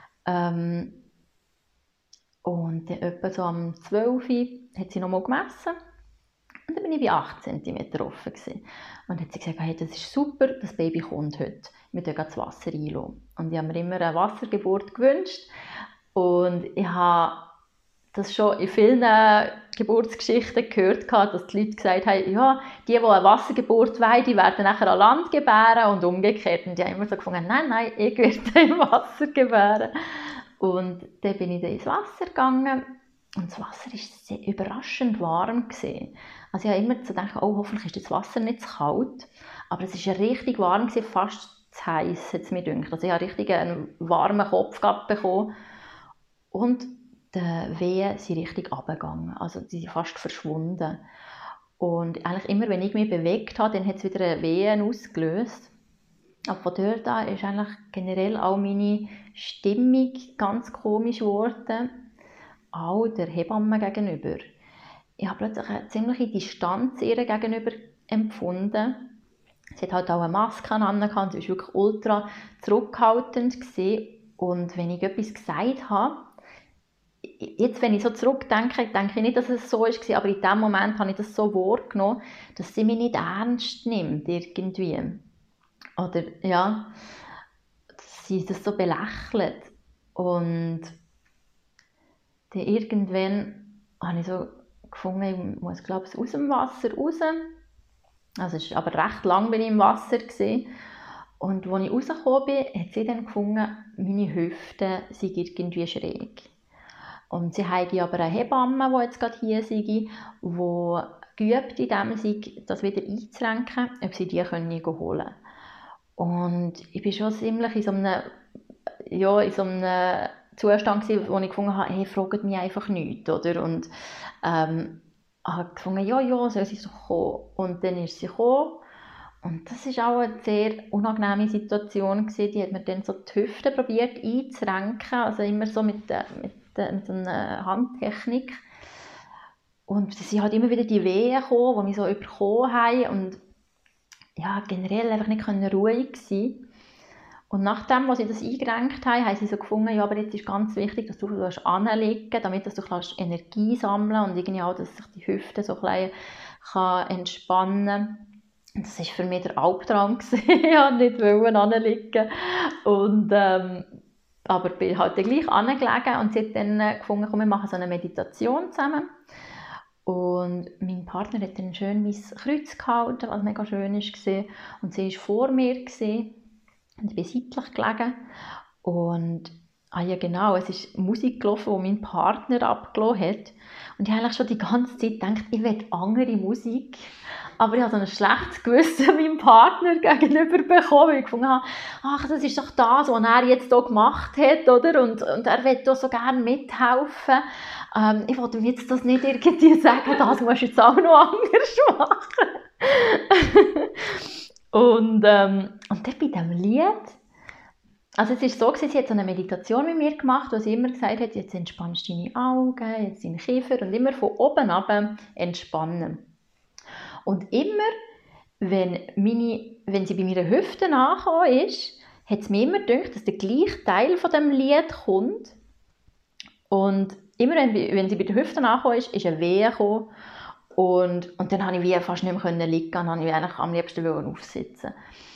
Und dann etwa so am 12. hat sie noch mal gemessen. Und dann war ich bei 8 cm offen gewesen. Und dann hat sie gesagt, hey, das ist super, das Baby kommt heute. Wir lassen das Wasser einlassen. Und ich habe mir immer eine Wassergeburt gewünscht. Und ich habe das schon in vielen Geburtsgeschichten gehört, dass die Leute gesagt haben, ja, die eine Wassergeburt wollen, die werden nachher an Land gebären und umgekehrt. Und ich habe immer so gefunden, nein, ich werde im Wasser gebären. Und dann bin ich ins Wasser gegangen. Und das Wasser war sehr überraschend warm gewesen. Also ich habe immer so gedacht, hoffentlich ist das Wasser nicht zu kalt. Aber es war richtig warm gewesen, fast zu heiß, hat es mir gedacht. Also ich habe richtig einen warmen Kopf bekommen. Und die Wehen sind richtig runtergegangen. Also die sind fast verschwunden. Und eigentlich immer, wenn ich mich bewegt habe, dann hat es wieder Wehen ausgelöst. Aber von dort an ist eigentlich generell auch meine Stimmung ganz komisch geworden. Auch der Hebamme gegenüber. Ich habe plötzlich eine ziemliche Distanz ihr gegenüber empfunden. Sie hat halt auch eine Maske an, sie war wirklich ultra zurückhaltend gewesen. Und wenn ich etwas gesagt habe, jetzt, wenn ich so zurückdenke, denke ich nicht, dass es so war, aber in dem Moment habe ich das so wahrgenommen, dass sie mich nicht ernst nimmt, irgendwie. Oder, ja, dass sie das so belächelt. Und dann irgendwann habe ich so gefunden, ich muss, glaube ich, aus dem Wasser raus. Also, es war aber recht lang bin ich im Wasser gewesen. Und als ich rausgekommen bin, hat sie dann gefunden, meine Hüfte sei irgendwie schräg. Und sie haben aber eine Hebamme, die jetzt gerade hier sei, die geübt in dem sei, das wieder einzurenken, ob sie die holen können. Und ich war schon ziemlich in so einem Zustand gewesen, wo ich gefunden habe, hey, fragt mich einfach nichts, oder? Und habe gefunden, ja, soll sie doch kommen. Und dann ist sie gekommen. Und das war auch eine sehr unangenehme Situation gewesen. Die hat mir dann so die Hüfte probiert einzurenken, also immer so mit so einer Handtechnik. Und es sind halt immer wieder die Wehen gekommen, die mich so überkommen haben und ja, generell einfach nicht ruhig sein. Und nachdem, als sie das eingerenkt haben, haben sie so gefunden, ja, aber jetzt ist ganz wichtig, dass du anliegen kannst, damit dass du Energie sammeln kannst und irgendwie auch, dass sich die Hüfte so ein bisschen entspannen kann. Und das war für mich der Albtraum. Ich wollte nicht anliegen. Und, aber bin halt gleich angelegen und sie hat dann gefunden, komm, wir machen so eine Meditation zusammen. Und mein Partner hat dann schön mein Kreuz gehalten, was mega schön war. Und sie war vor mir. Und ich bin seitlich gelegen. Und ja genau, es ist Musik gelaufen, die mein Partner abgelassen hat. Und ich habe eigentlich schon die ganze Zeit gedacht, ich will andere Musik. Aber ich habe so ein schlechtes Gewissen meinem Partner gegenüber bekommen, weil ich gefunden habe, ach, das ist doch das, was er jetzt hier gemacht hat, oder? Und er will doch so gerne mithelfen. Ich wollte ihm jetzt das nicht irgendwie sagen, das musst du jetzt auch noch anders machen. Und dann bei diesem Lied, also es war so, sie hat so eine Meditation mit mir gemacht, wo sie immer gesagt hat, jetzt entspannst du deine Augen, jetzt deinen Kiefer und immer von oben ab entspannen. Und immer, wenn sie bei meiner Hüfte angekommen ist, hat es mir immer gedacht, dass der gleiche Teil von dem Lied kommt. Und immer, wenn sie bei der Hüfte angekommen ist eine Wehe gekommen. Und dann konnte ich fast nicht mehr liegen, dann konnte ich eigentlich am liebsten aufsitzen.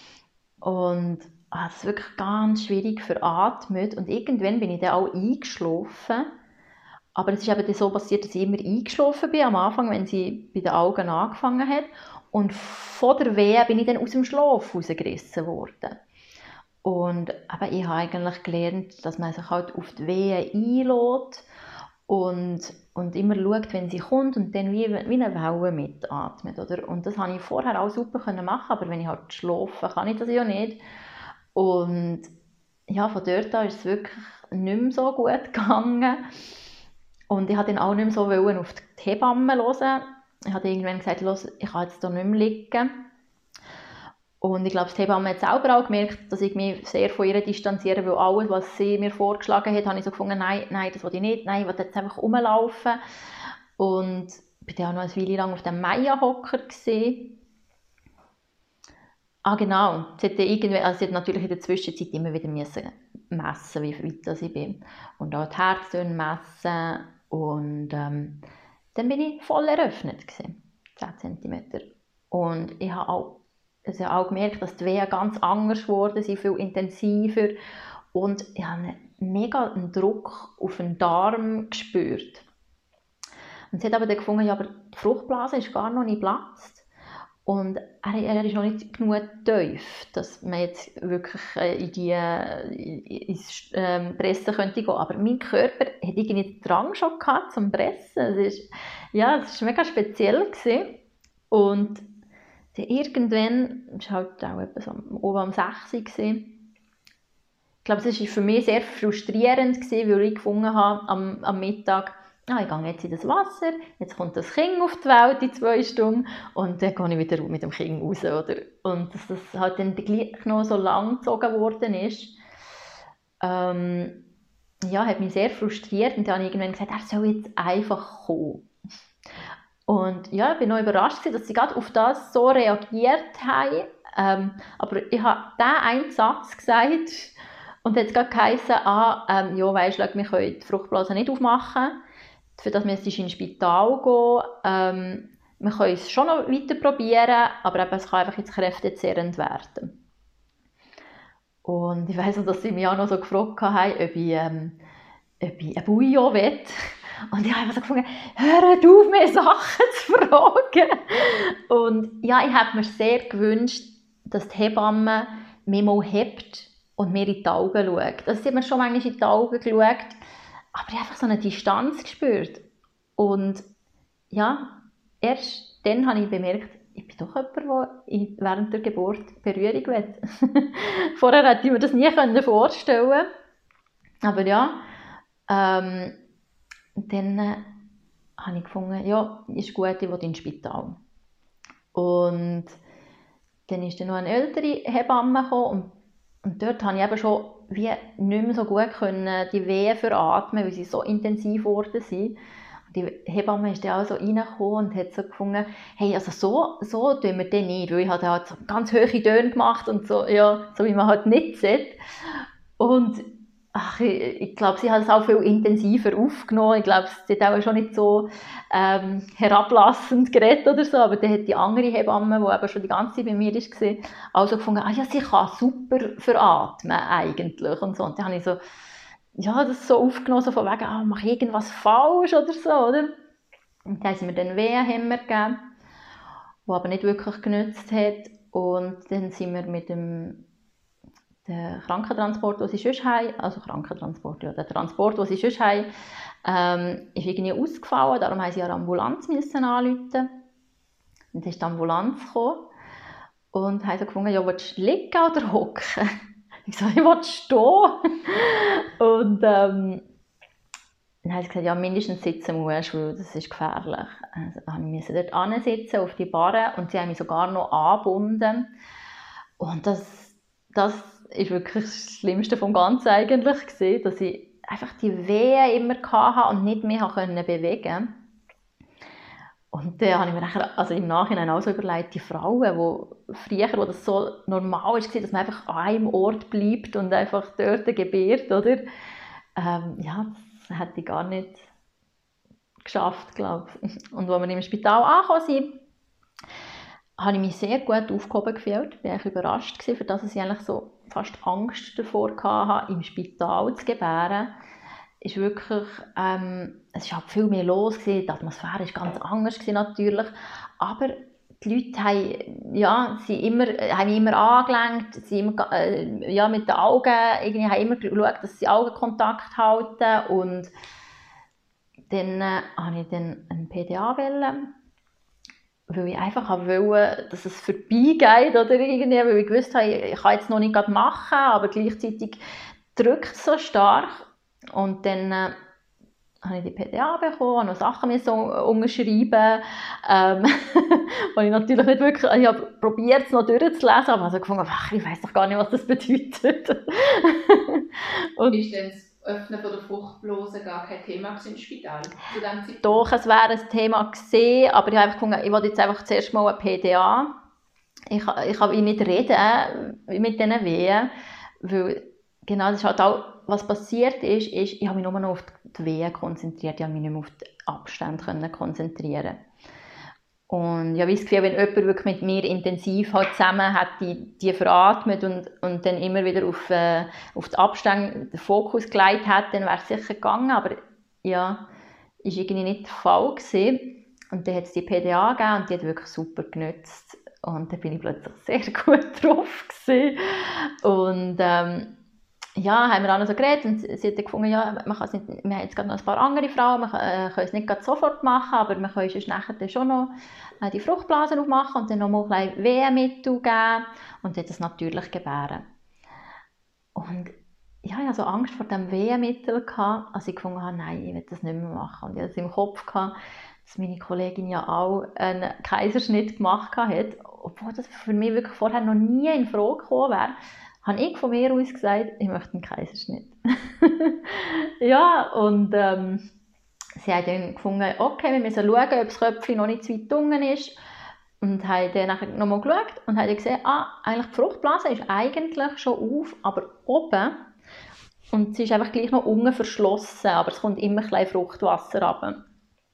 Und das ist wirklich ganz schwierig veratmet. Und irgendwann bin ich dann auch eingeschlafen. Aber es ist eben so passiert, dass ich immer eingeschlafen bin am Anfang, wenn sie bei den Augen angefangen hat. Und von der Wehe bin ich dann aus dem Schlaf rausgerissen worden. Und eben, ich habe eigentlich gelernt, dass man sich halt auf die Wehe einlässt und immer schaut, wenn sie kommt und dann wie eine Welle mitatmet. Oder? Und das konnte ich vorher auch super machen, aber wenn ich halt schlafe, kann ich das ja nicht. Und ja, von dort an ist es wirklich nicht mehr so gut gegangen. Und ich wollte dann auch nicht mehr so auf die Hebamme hören. Ich habe irgendwann gesagt, ich kann jetzt hier nicht mehr liegen. Und ich glaube, die Hebamme hat selber auch gemerkt, dass ich mich sehr von ihr distanziere, weil alles, was sie mir vorgeschlagen hat, habe ich so gefunden, nein, das will ich nicht, nein, ich will jetzt einfach rumlaufen. Und ich war dann auch noch eine Weile lang auf dem Maya-Hocker. Genau, sie hat natürlich in der Zwischenzeit immer wieder messen, wie weit ich bin. Und auch die Herztöne messen. Und dann bin ich voll eröffnet, 10 cm. Und ich habe auch gemerkt, dass die Wehen ganz anders geworden sind, viel intensiver. Und ich habe einen mega Druck auf den Darm gespürt. Und sie hat aber dann gefunden, ja, aber die Fruchtblase ist gar noch nicht geplatzt. Und er ist noch nicht genug tief, dass man jetzt wirklich ins Pressen könnte gehen. Aber mein Körper hat irgendwie den Drang schon gehabt zum Pressen. Es war mega speziell gewesen. Und dann irgendwann, es war halt auch etwa so oben am 6 Uhr. Ich glaube, es war für mich sehr frustrierend gewesen, weil ich gefunden habe am Mittag, ich gehe jetzt in das Wasser, jetzt kommt das Kind auf die Welt in 2 Stunden und dann gehe ich wieder mit dem Kind raus. Oder? Und dass das halt dann gleich noch so lang gezogen worden ist, hat mich sehr frustriert. Und dann habe ich irgendwann gesagt, er soll jetzt einfach kommen. Und ja, ich war noch überrascht, dass sie gerade auf das so reagiert haben. Aber ich habe diesen einen Satz gesagt und es hat geheißen, weisst du, wir können die Fruchtblase nicht aufmachen. Für das müsstest du ins Spital gehen. Wir können es schon noch weiter probieren, aber eben, es kann einfach jetzt kräftezehrend werden. Und ich weiss noch, dass sie mich auch noch so gefragt haben, ob ich ein Bouillon will. Und ich habe einfach so gefunden, hört auf, mir Sachen zu fragen. Und ja, ich habe mir sehr gewünscht, dass die Hebamme mich mal hebt und mir in die Augen schaut. Also sie hat mir schon manchmal in die Augen geschaut, aber ich habe einfach so eine Distanz gespürt. Und ja, erst dann habe ich bemerkt, ich bin doch jemand, der während der Geburt Berührung will. Vorher hätte ich mir das nie vorstellen können. Aber ja, dann habe ich gefunden, ja, ist gut, ich will ins Spital. Und dann ist dann noch eine ältere Hebamme gekommen und dort konnte ich eben schon wie nicht mehr so gut können, die Wehen veratmen, weil sie so intensiv geworden sind. Und die Hebamme ist dann auch so reingekommen und hat so gefunden, hey, also so tun wir den nicht, weil ich habe halt so ganz hohe Töne gemacht und so, ja, so wie man halt nicht sieht. Und ich glaube, sie hat es auch viel intensiver aufgenommen. Ich glaube, sie hat auch schon nicht so herablassend geredet oder so, aber dann hat die andere Hebamme, die eben schon die ganze Zeit bei mir war, also gefunden, ja, sie kann super veratmen eigentlich und so. Und dann habe ich so, ja, das so aufgenommen, so von wegen, mache ich irgendwas falsch oder so, oder? Und dann haben sie mir den Wehenhemmer gegeben, der aber nicht wirklich genützt hat. Und dann sind wir mit dem der Krankentransport, den sie sonst haben, also Krankentransport, ja, der Transport, den sie sonst haben, ist irgendwie ausgefallen, darum mussten sie eine Ambulanz anrufen. Und dann ist die Ambulanz gekommen und haben so gefunden, ja, willst du liegen oder hocken? Ich so, ich will stehen. Und dann haben sie gesagt, ja, mindestens sitzen musst, weil das ist gefährlich. Also dann musste ich dort hinsitzen, auf die Barre, und sie haben mich sogar noch angebunden. Und das ist wirklich das Schlimmste vom Ganzen eigentlich gewesen, dass ich einfach die Wehen immer hatte und nicht mehr bewegen konnte. Und dann habe ich mir nachher, also im Nachhinein auch so überlegt, die Frauen, wo das so normal war, dass man einfach an einem Ort bleibt und einfach dort gebärt, oder? Ja, das hätte ich gar nicht geschafft, glaube ich. Und als wir im Spital angekommen sind, habe ich mich sehr gut aufgehoben gefühlt. Ich war überrascht, für das ich eigentlich so fast Angst davor hatte, im Spital zu gebären. Ist wirklich, es war halt viel mehr los, die Atmosphäre war ganz anders natürlich, aber die Leute haben mich immer angelenkt, sie immer, mit den Augen, irgendwie haben immer geschaut, dass sie Augenkontakt halten, und dann wollte ich einen PDA wählen, weil ich einfach wollte, dass es vorbeigeht, oder irgendwie, weil ich gewusst habe, ich kann jetzt noch nicht machen, aber gleichzeitig drückt es so stark. Und dann habe ich die PDA bekommen, noch Sachen so unterschreiben, wo ich natürlich nicht wirklich, ich habe probiert, es noch durchzulesen, aber also gefunden, ich weiss doch gar nicht, was das bedeutet. Und ist denn das Öffnen von der Fruchtblase gar kein Thema im Spital? Doch, es wäre ein Thema gewesen, aber ich habe gefunden, ich wollte jetzt einfach zuerst mal eine PDA. Ich kann nicht reden mit diesen Wehen, weil genau, das ist halt auch, was passiert ist, ich habe mich nur noch auf die Wehen konzentriert, ich habe mich nicht mehr auf die Abstände konzentrieren. Und ich habe das Gefühl, wenn jemand wirklich mit mir intensiv halt zusammen hat, die veratmet und dann immer wieder auf die Abstände den Fokus gelegt hat, dann wäre es sicher gegangen, aber ja, ist irgendwie nicht der Fall gewesen. Und dann hat es die PDA gegeben und die hat wirklich super genützt. Und dann bin ich plötzlich sehr gut drauf gewesen. Und ja, haben wir auch noch so geredet und sie hat gefunden, ja, wir haben jetzt gerade noch ein paar andere Frauen, wir können es nicht gerade sofort machen, aber wir können uns nachher schon noch die Fruchtblasen aufmachen und dann noch mal ein bisschen Wehenmittel geben und dann das natürlich gebären. Und ja, ich hatte so Angst vor dem Wehenmittel, als ich gefunden habe, nein, ich will das nicht mehr machen. Und ich hatte es im Kopf gehabt, dass meine Kollegin ja auch einen Kaiserschnitt gemacht hat, obwohl das für mich wirklich vorher noch nie in Frage gekommen wäre, habe ich von mir aus gesagt, ich möchte einen Kaiserschnitt. Ja, und sie haben dann gefunden, okay, wir müssen schauen, ob das Köpfchen noch nicht zu weit unten ist. Und haben dann nachher nochmal geschaut und haben gesehen, eigentlich die Fruchtblase ist eigentlich schon auf, aber oben. Und sie ist einfach gleich noch unten verschlossen, aber es kommt immer ein bisschen Fruchtwasser runter.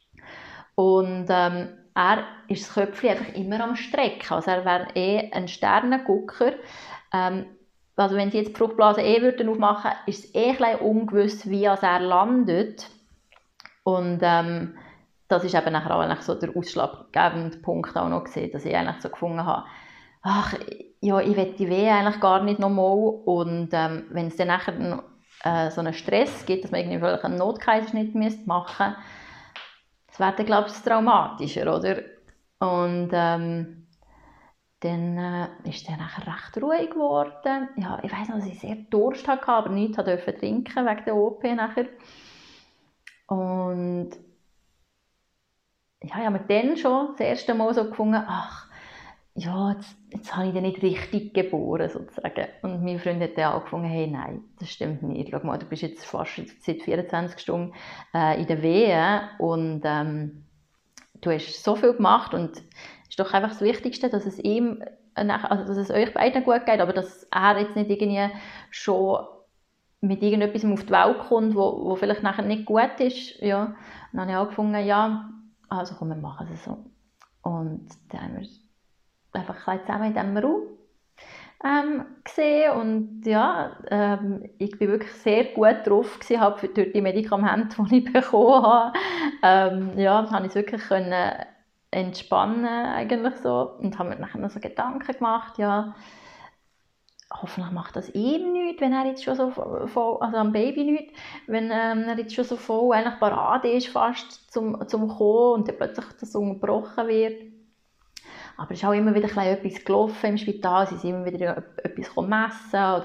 Und er ist das Köpfchen einfach immer am Strecken. Also er wäre ein Sternengucker. Also wenn sie jetzt die Fruchtblase aufmachen würden, ist es ein bisschen ungewiss, wie er landet. Und das ist eben nachher auch eigentlich so der ausschlaggebende Punkt auch noch gewesen, dass ich eigentlich so gefunden habe, ja, ich will die Wehen eigentlich gar nicht nochmal. Und wenn es dann nachher so einen Stress gibt, dass man irgendwie einen Notkaiserschnitt machen müsste, das wäre dann, glaube ich, traumatischer, oder? Und dann ist es nachher recht ruhig geworden. Ja, ich weiss noch, dass ich sehr Durst hatte, aber nichts trinken wegen der OP nachher. Und ich habe mir dann schon das erste Mal so gefunden, ach, ja, jetzt habe ich den nicht richtig geboren, sozusagen. Und mein Freund hat dann auch gefunden, hey, nein, das stimmt nicht. Schau mal, du bist jetzt fast seit 24 Stunden in der Wehe und du hast so viel gemacht und es ist doch einfach das Wichtigste, dass es ihm, also dass es euch beiden gut geht, aber dass er jetzt nicht irgendwie schon mit irgendetwas auf die Welt kommt, wo vielleicht nachher nicht gut ist. Ja. Und dann habe ich auch gefunden, ja, also komm, wir machen es so. Und dann haben wir einfach ein zusammen in diesem Raum gesehen und ja, ich war wirklich sehr gut drauf gewesen, habe durch die Medikamente, die ich bekommen habe, ja, habe ich es wirklich können entspannen eigentlich so und habe mir nachher noch so Gedanken gemacht, ja, hoffentlich macht das ihm nichts, wenn er jetzt schon so voll, also am Baby nichts, wenn er jetzt schon so voll eigentlich parat ist, fast zum Kommen und dann plötzlich das unterbrochen wird. Aber es ist auch immer wieder etwas gelaufen im Spital, sie sind immer wieder etwas messen oder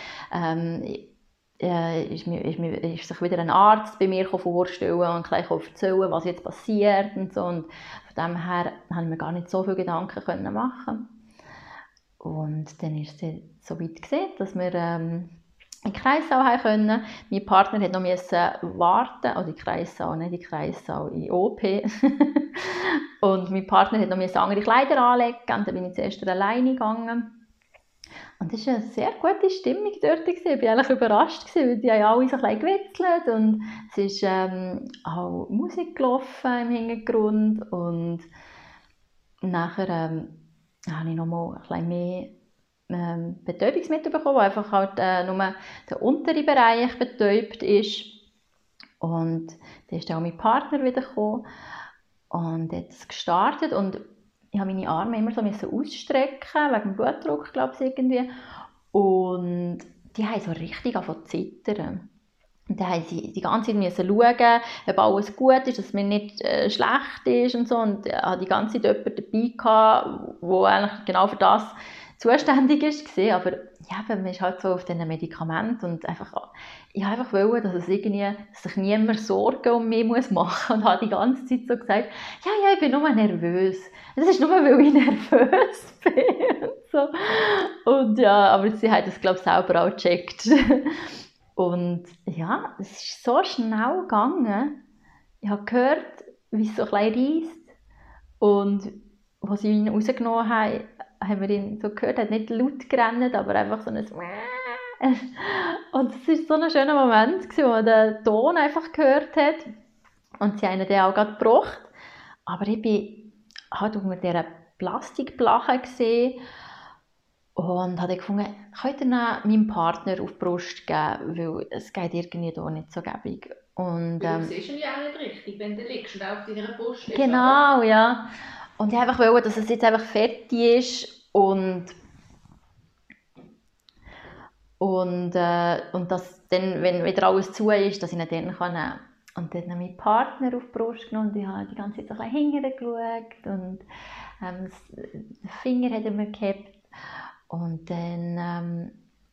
ist sich wieder ein Arzt bei mir vorstellen und gleich erzählen, was jetzt passiert und so. Und von dem her konnte ich mir gar nicht so viele Gedanken machen. Und dann ist es so weit gesehen, dass wir in den Kreissaal haben können. Mein Partner hat noch warten, also in Kreissaal, nicht in Kreissaal, in OP. Und mein Partner hat noch andere Kleider anlegen und dann bin ich zuerst alleine gegangen. Und es war eine sehr gute Stimmung dort. Ich war eigentlich überrascht, weil die haben alle so ein bisschen gewitzelt und es ist auch Musik gelaufen im Hintergrund und nachher habe ich noch mal ein bisschen mehr Betäubungsmittel bekommen, wo einfach halt nur der untere Bereich betäubt ist. Und dann ist dann auch mein Partner wieder gekommen und hat es gestartet und ich habe meine Arme immer so ausstrecken, wegen dem Blutdruck, glaube ich, irgendwie. Und die haben so richtig angefangen zu zittern. Und dann mussten sie die ganze Zeit schauen, ob alles gut ist, dass es mir nicht schlecht ist und so. Und ich hatte die ganze Zeit jemanden dabei gehabt, der eigentlich genau für das zuständig war. Aber ja, man ist halt so auf diesen Medikamenten und einfach, ich wollte einfach, dass es irgendwie, dass sich niemand Sorgen um mich machen muss. Und habe die ganze Zeit so gesagt, ja, ich bin nur nervös. Das ist nur, weil ich nervös bin. Und, so. Und ja, aber sie hat das, glaube ich, selber auch gecheckt. Und ja, es ist so schnell gegangen. Ich habe gehört, wie es so ein bisschen reisst. Und als sie ihn rausgenommen haben, haben wir ihn so gehört, er hat nicht laut gerannt, aber einfach so ein und es war so ein schöner Moment, wo man den Ton einfach gehört hat. Und sie haben ihn dann auch gerade gebracht. Aber ich bin halt unter dieser Plastikplache gesehen und habe gefunden, könnt ihr meinem Partner auf die Brust geben, weil es geht irgendwie hier nicht so gäbig. Und, du siehst ihn ja auch nicht richtig, wenn du liegst und auf deiner Brust ist. Genau, ja. Und ich wollte einfach, dass es jetzt einfach fertig ist und dass dann, wenn wieder alles zu ist, dass ich ihn dann kann nehmen. Und dann habe ich meinen Partner auf die Brust genommen und ich habe die ganze Zeit so ein bisschen hintergeschaut und den Finger hat er mir gehabt. Und dann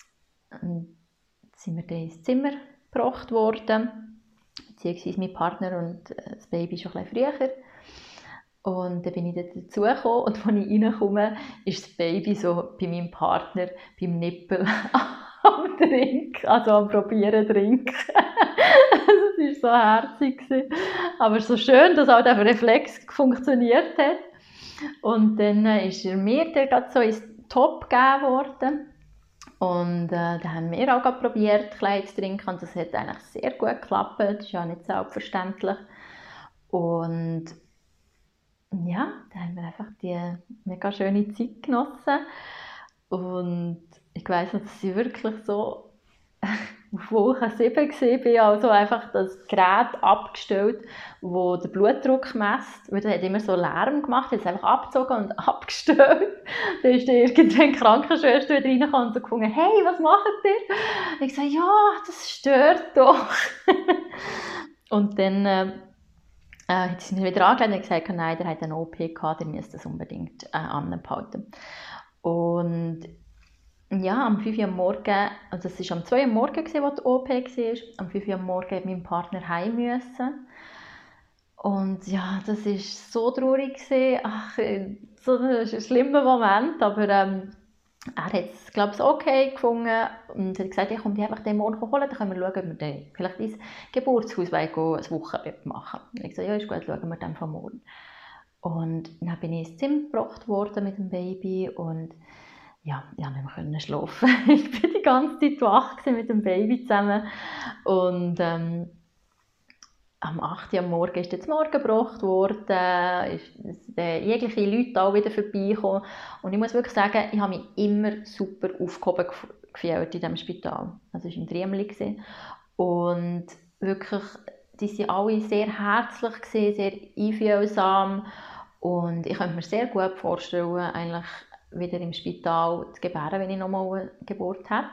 sind wir dann ins Zimmer gebracht worden, beziehungsweise mein Partner und das Baby schon ein bisschen früher. Und dann bin ich dort dazugekommen und als ich reinkomme, ist das Baby so bei meinem Partner beim Nippel am Trinken, also am Probieren trinken. Das war so herzig. Aber so schön, dass auch der Reflex funktioniert hat. Und dann ist mir gerade so ins Top gegeben worden. Und dann haben wir auch probiert, Kleid zu trinken. Und das hat eigentlich sehr gut geklappt. Das ist ja nicht selbstverständlich. Und ja, da haben wir einfach die mega schöne Zeit genossen. Und ich weiss noch, dass ich wirklich so auf Woche 7 war, also einfach das Gerät abgestellt, wo der Blutdruck misst, weil der hat immer so Lärm gemacht, hat es einfach abgezogen und abgestellt. Dann ist dann irgendwann die Krankenschwester wieder reingekommen und so gefunden, hey, was macht ihr? Und ich sagte, ja, das stört doch. Und dann hat sie mich wieder angelegt und gesagt, nein, der hat eine OP gehabt, der müsste das unbedingt anbehalten. Und ja, am 5 Uhr am Morgen, also es war am 2 Uhr am Morgen, wo die OP war, am 5 Uhr am Morgen musste mein Partner heim müssen. Und ja, das war so traurig. Ach, so ein schlimmer Moment, aber er hat es, glaube ich, okay gefunden und hat gesagt, ich komme dich einfach den morgen holen, dann können wir schauen, ob wir dann vielleicht ins Geburtshaus ein Wochenbett machen. Ich gesagt, ja, ist gut, schauen wir dann von morgen. Und dann bin ich ins Zimmer gebracht worden mit dem Baby und ja, ich konnte nicht mehr schlafen. Ich war die ganze Zeit wach mit dem Baby zusammen und am 8. Uhr am Morgen ist das Morgen gebracht worden, jegliche Leute auch wieder vorbeigekommen. Und ich muss wirklich sagen, ich habe mich immer super aufgehoben gefühlt in diesem Spital. Also es war in Triemli. Und wirklich, die waren alle sehr herzlich, sehr einfühlsam. Und ich könnte mir sehr gut vorstellen, eigentlich wieder im Spital zu gebären, wenn ich nochmal eine Geburt hätte.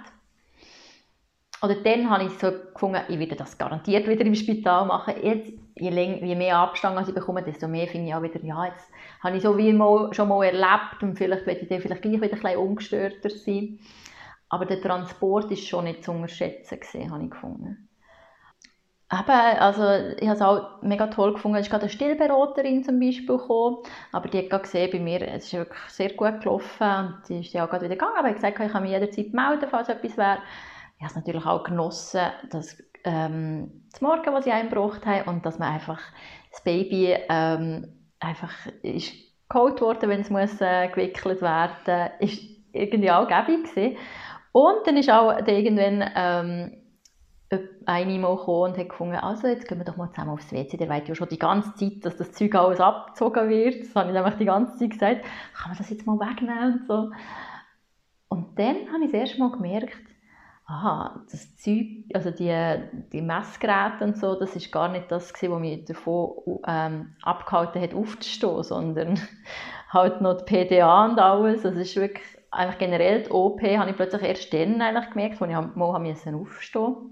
Oder dann habe ich so gefunden, ich werde das garantiert wieder im Spital machen. Jetzt, je mehr Abstand ich bekomme, desto mehr finde ich auch wieder, ja, jetzt habe ich so wie schon mal erlebt und vielleicht werde ich dann vielleicht gleich wieder ein bisschen ungestörter sein. Aber der Transport war schon nicht zu unterschätzen, habe ich gefunden. Eben, also ich habe es auch mega toll gefunden, es ist gerade eine Stillberaterin zum Beispiel gekommen, aber die hat gerade gesehen, bei mir, es ist wirklich sehr gut gelaufen und die ist ja auch gerade wieder gegangen, aber ich habe gesagt, ich kann mich jederzeit melden, falls etwas wäre. Ich habe es natürlich auch genossen, dass das Morgen, was sie eingebracht haben und dass man einfach das Baby einfach ist geholt worden, wenn es muss, gewickelt werden muss, ist irgendwie auch gäbig gewesen. Und dann ist auch irgendwann eine mal gekommen und hat gefunden, also jetzt gehen wir doch mal zusammen aufs WC, der weiß ja schon die ganze Zeit, dass das Zeug alles abgezogen wird, das habe ich nämlich die ganze Zeit gesagt, kann man das jetzt mal wegnehmen und so. Und dann habe ich das erste Mal gemerkt, aha, das Zeug, also die Messgeräte und so, das ist gar nicht das gewesen, was mich davon abgehalten hat, aufzustehen, sondern halt noch die PDA und alles. Das ist wirklich, einfach generell die OP habe ich plötzlich erst dann eigentlich gemerkt, als ich mal aufstehen musste.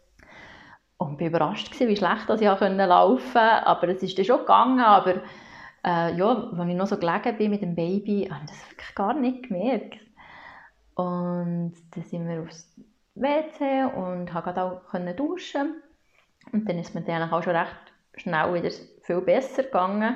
Und ich war überrascht, wie schlecht ich laufen konnte. Aber es ist dann schon gegangen. Aber ja, als ich noch so gelegen bin mit dem Baby, habe ich das wirklich gar nicht gemerkt. Und dann sind wir aufs WC und konnte auch duschen. Und dann ist mir dann auch schon recht schnell wieder viel besser gegangen.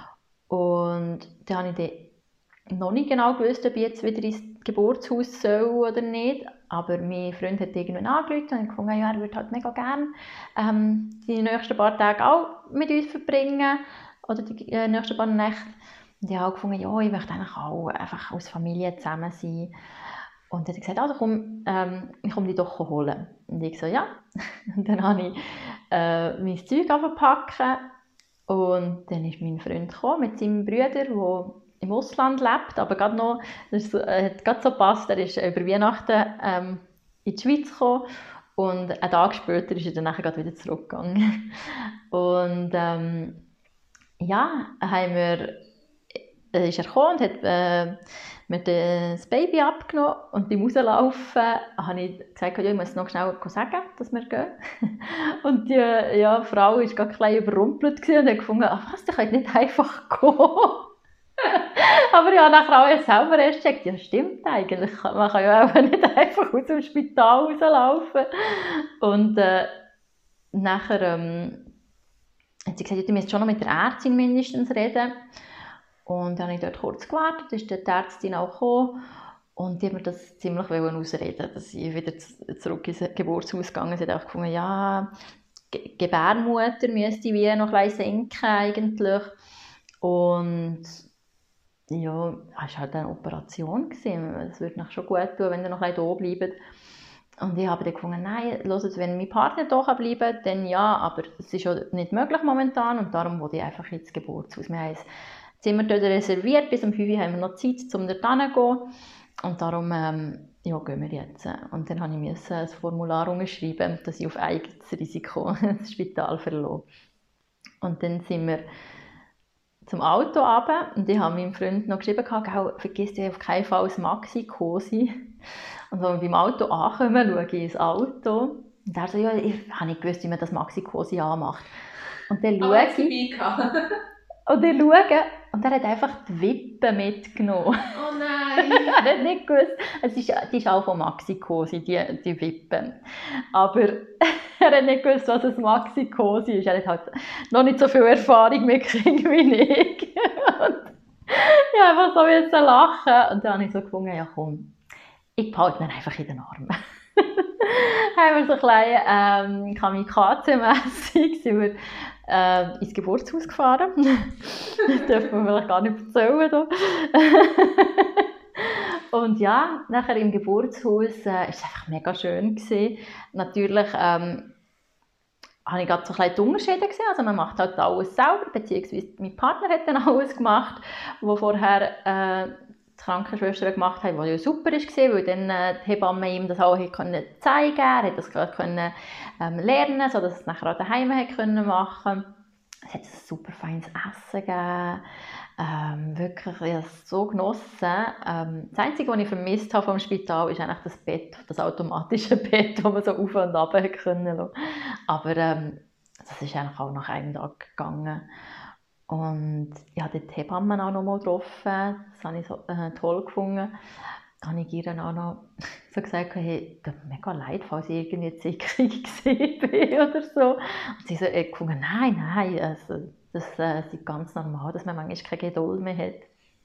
Und dann habe ich dann noch nicht genau gewusst, ob ich jetzt wieder ins Geburtshaus soll oder nicht. Aber mein Freund hat irgendwann angerufen und ich gefunden, ja, er würde halt mega gerne die nächsten paar Tage auch mit uns verbringen. Oder die nächsten paar Nächte. Und ich habe auch gefunden, ja, ich möchte eigentlich auch einfach als Familie zusammen sein. Und er hat gesagt, also komm, ich komme dich doch holen. Und ich so, ja. Und dann habe ich mein Zeug packen. Und dann ist mein Freund gekommen mit seinem Bruder, der im Ausland lebt, aber gerade noch, das hat gerade so gepasst, er ist über Weihnachten in die Schweiz gekommen und einen Tag später ist er dann nachher wieder zurückgegangen. Und ja, ist er gekommen und hat mir das Baby abgenommen und beim Rauslaufen habe ich gesagt, ja, ich muss noch schnell sagen, dass wir gehen. Und die Frau war gerade ein bisschen überrumpelt und hat gefunden, was, ihr könnt nicht einfach gehen. Aber ich habe nachher auch selber erst gecheckt, ja stimmt eigentlich, man kann ja auch nicht einfach aus dem Spital rauslaufen. Und nachher hat sie gesagt, du müsst schon noch mit der Ärztin mindestens reden. Und dann habe ich dort kurz gewartet, ist die Ärztin auch gekommen und die hat mir das ziemlich ausreden, dass ich wieder zurück ins Geburtshaus gegangen bin. Sie hat auch gefunden, ja, Gebärmutter müsste wie noch ein bisschen senken eigentlich. Und ja, es war halt eine Operation. Es würde mich schon gut tun, wenn ihr noch ein bisschen da bleibt. Und ich habe dann gefunden, nein, hört, wenn mein Partner da bleiben kann, dann ja, aber es ist ja nicht möglich momentan und darum wollte ich einfach ins Geburtshaus. Wir haben das Zimmer dort reserviert, bis um 5 Uhr haben wir noch Zeit, um dort hinzugehen. Und darum ja, gehen wir jetzt. Und dann musste ich ein Formular unterschreiben, dass ich auf eigenes Risiko das Spital verlasse. Und dann sind wir zum Auto runter und ich habe meinem Freund noch geschrieben, vergiss dir auf keinen Fall das Maxi-Cosi. Und als wir beim Auto ankommen, schaue ich ins Auto und er so, ja, ich habe nicht gewusst, wie man das Maxi-Cosi anmacht. Und dann schaue ich und er hat einfach die Wippe mitgenommen. Oh nein! Er hat nicht gewusst, die ist auch von Maxi-Cosi, die Wippe. Aber er hat nicht gewusst, was ein Maxi-Cosi ist. Er hat halt noch nicht so viel Erfahrung mit Kindern wie ich. Und ich habe einfach so lachen. Und dann habe ich so gefunden, ja komm, ich behalte ihn einfach in den Armen. Haben wir so ein bisschen Kamikaze-mässig sind wir ins Geburtshaus gefahren. Das dürfen wir vielleicht gar nicht erzählen. Da. Und ja, nachher im Geburtshaus war es einfach mega schön gewesen. Natürlich habe ich gerade so ein bisschen die Unterschiede gesehen. Also man macht halt alles selber, beziehungsweise mein Partner hat dann alles gemacht, was vorher die Krankenschwestern gemacht haben, was ja super war, weil dann die Hebamme ihm das auch zeigen konnte. Er hat das gerade lernen, sodass er es nachher auch daheim machen konnte. Es hat ein super feines Essen gegeben. Wirklich, ich habe es so genossen. Das Einzige, was ich vermisst habe vom Spital, ist eigentlich das Bett, das automatische Bett, wo man so auf und ab können. Aber das ist eigentlich auch nach einem Tag gegangen. Und ich habe die Hebammen auch noch mal getroffen. Das habe ich so toll gefunden. Dann habe ich ihr dann auch noch so gesagt, hey, tut mir mega leid, falls ich irgendwie zickig war oder so. Und sie so gefunden, nein, also, das ist ganz normal, dass man manchmal keine Geduld mehr hat.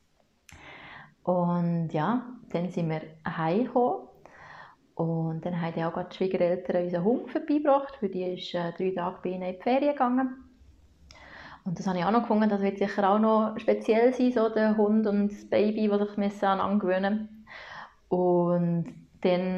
Und ja, dann sind wir heimgekommen. Und dann haben auch die Schwiegereltern unseren Hund vorbeigebracht, weil die ist 3 Tage bei ihnen in die Ferien gegangen. Und das habe ich auch noch gefunden, das wird sicher auch noch speziell sein, so der Hund und das Baby, die sich aneinander gewöhnen. Und dann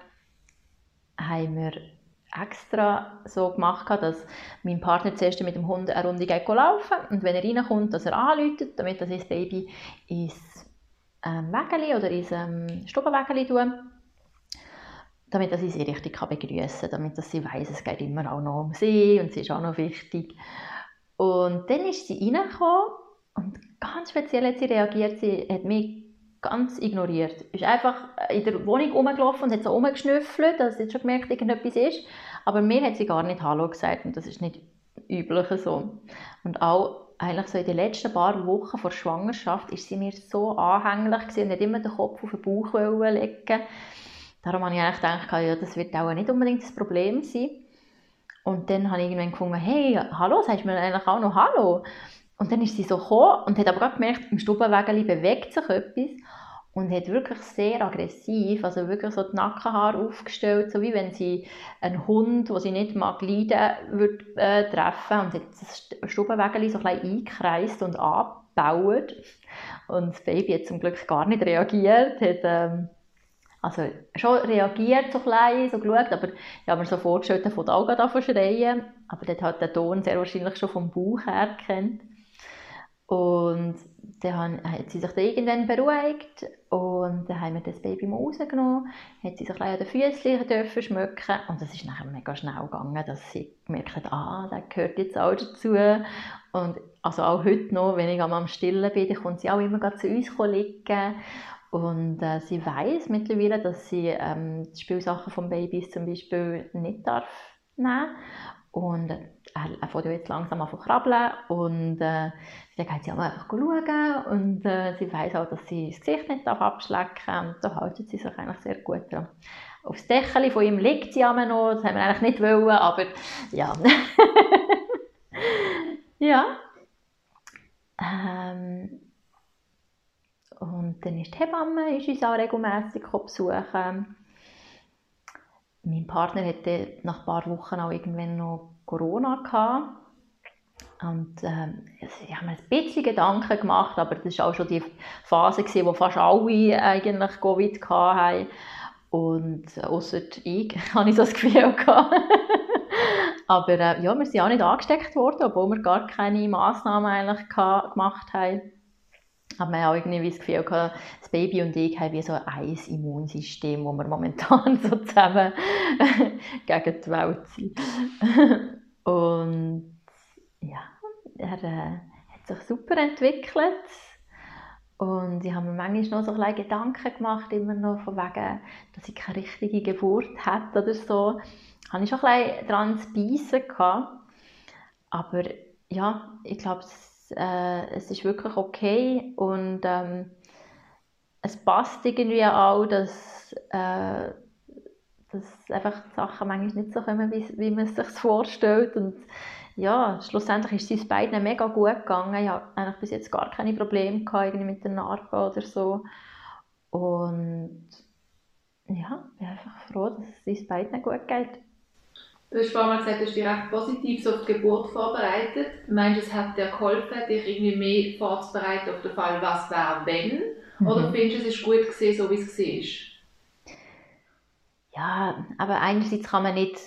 haben wir extra so gemacht, dass mein Partner zuerst mit dem Hund eine Runde laufen und wenn er reinkommt, dass er anruft, damit er das Baby ins Wägeli oder ins Stubenwägeli tut, damit er sie richtig begrüßen kann, damit sie weiss, es geht immer auch noch um sie und sie ist auch noch wichtig. Und dann ist sie reingekommen und ganz speziell hat sie reagiert, sie hat mich ganz ignoriert. Sie ist einfach in der Wohnung rumgelaufen und hat so rumgeschnüffelt, dass sie jetzt schon gemerkt, irgendetwas ist. Aber mir hat sie gar nicht Hallo gesagt und das ist nicht üblich so. Und auch eigentlich so in den letzten paar Wochen vor der Schwangerschaft ist sie mir so anhänglich gewesen und hat immer den Kopf auf den Bauch legen. Darum habe ich eigentlich gedacht, ja, das wird auch nicht unbedingt das Problem sein. Und dann habe ich irgendwann gefunden, hey, hallo, sagst du mir eigentlich auch noch Hallo? Und dann ist sie so gekommen und hat aber gerade gemerkt, im Stubenwägeli bewegt sich etwas und hat wirklich sehr aggressiv, also wirklich so die Nackenhaare aufgestellt, so wie wenn sie einen Hund, den sie nicht mag leiden würde, treffen und hat das Stubenwägeli so ein bisschen eingekreist und angebaut. Und das Baby hat zum Glück gar nicht reagiert, hat also schon reagiert so klein, so geschaut, aber ich habe mir so vorgestellt, dass er auch gerade schreien, aber dort hat der Ton sehr wahrscheinlich schon vom Bauch her gekannt. Und dann hat sie sich dann irgendwann beruhigt und dann haben wir das Baby mal rausgenommen, hat sie sich an den Füßchen schmücken und es ist nachher mega schnell gegangen, dass sie gemerkt hat, der gehört jetzt auch dazu. Und also auch heute noch, wenn ich am Stillen bin, dann kommt sie auch immer zu uns liegen. Und sie weiss mittlerweile, dass sie die Spielsachen von Babys zum Beispiel nicht darf nehmen. Und er fängt jetzt langsam an zu krabbeln und dann geht sie einfach schauen und sie weiss auch, dass sie das Gesicht nicht abschlecken darf und da hält sie sich eigentlich sehr gut dran. Aufs Dächeli von ihm liegt sie immer noch, das haben wir eigentlich nicht wollen, aber ja. Ja. Und dann ist die Hebamme uns auch regelmässig besuchen. Mein Partner hatte nach ein paar Wochen auch irgendwann noch Corona gehabt. Und ich habe mir ein bisschen Gedanken gemacht, aber das war auch schon die Phase, wo fast alle eigentlich Covid hatten. Und ausser ich hatte ich so das Gefühl gehabt. Aber ja, wir sind auch nicht angesteckt worden, obwohl wir gar keine Massnahmen eigentlich gemacht haben. Aber wir haben auch irgendwie das Gefühl gehabt, das Baby und ich haben wie so ein Immunsystem, das wir momentan so zusammen gegen die Welt sind. Und ja, er hat sich super entwickelt. Und ich habe mir manchmal noch so ein bisschen Gedanken gemacht, immer noch von wegen, dass ich keine richtige Geburt hatte oder so. Da hatte ich schon ein bisschen daran zu beißen gehabt. Aber ja, ich glaube, es ist wirklich okay und es passt irgendwie auch, dass einfach die Sachen manchmal nicht so kommen, wie man es sich vorstellt. Und ja, schlussendlich ist es uns beiden mega gut gegangen. Ich habe eigentlich bis jetzt gar keine Probleme gehabt, irgendwie mit der Narbe oder so. Und ja, ich bin einfach froh, dass es uns beiden gut geht. Du hast vorhin mal gesagt, du hast dich recht positiv so auf die Geburt vorbereitet. Meinst du, es hat dir geholfen, dich irgendwie mehr vorzubereiten auf den Fall, was wäre, wenn? Oder findest du, es ist gut gewesen, so wie es war? Ja, aber einerseits kann man nicht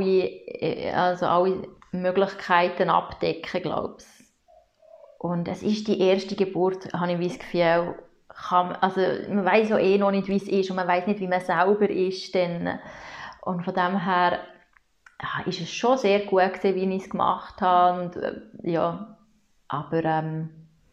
alle Möglichkeiten abdecken, glaube ich. Und es ist die erste Geburt, habe ich das Gefühl, man weiß ja noch nicht, wie es ist und man weiß nicht, wie man selber ist. Und von dem her ist es schon sehr gut gewesen, wie ich es gemacht habe. Und, aber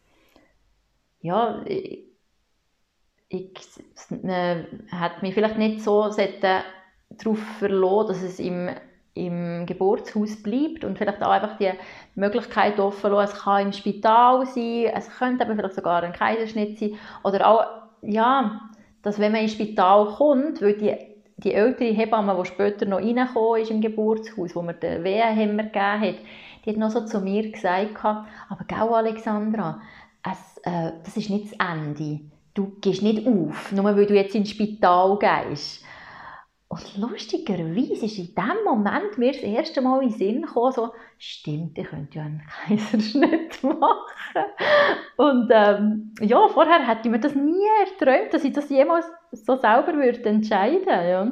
man hat mich vielleicht nicht so darauf verlassen, dass es im Geburtshaus bleibt und vielleicht auch einfach die Möglichkeit offen lassen, es kann im Spital sein, es könnte aber vielleicht sogar ein Kaiserschnitt sein oder auch, dass wenn man ins Spital kommt, weil die ältere Hebamme, die später noch reingekommen ist im Geburtshaus, wo mir den Wehenhemmer gegeben hat, die hat noch so zu mir gesagt, aber gell, Alexandra, das ist nicht das Ende. Du gehst nicht auf, nur weil du jetzt ins Spital gehst. Und lustigerweise ist in dem Moment mir das erste Mal in den Sinn gekommen, so, stimmt, ich könnte ja einen Kaiserschnitt machen. Und vorher hätte ich mir das nie erträumt, dass ich das jemals so selber würde entscheiden würde. Ja.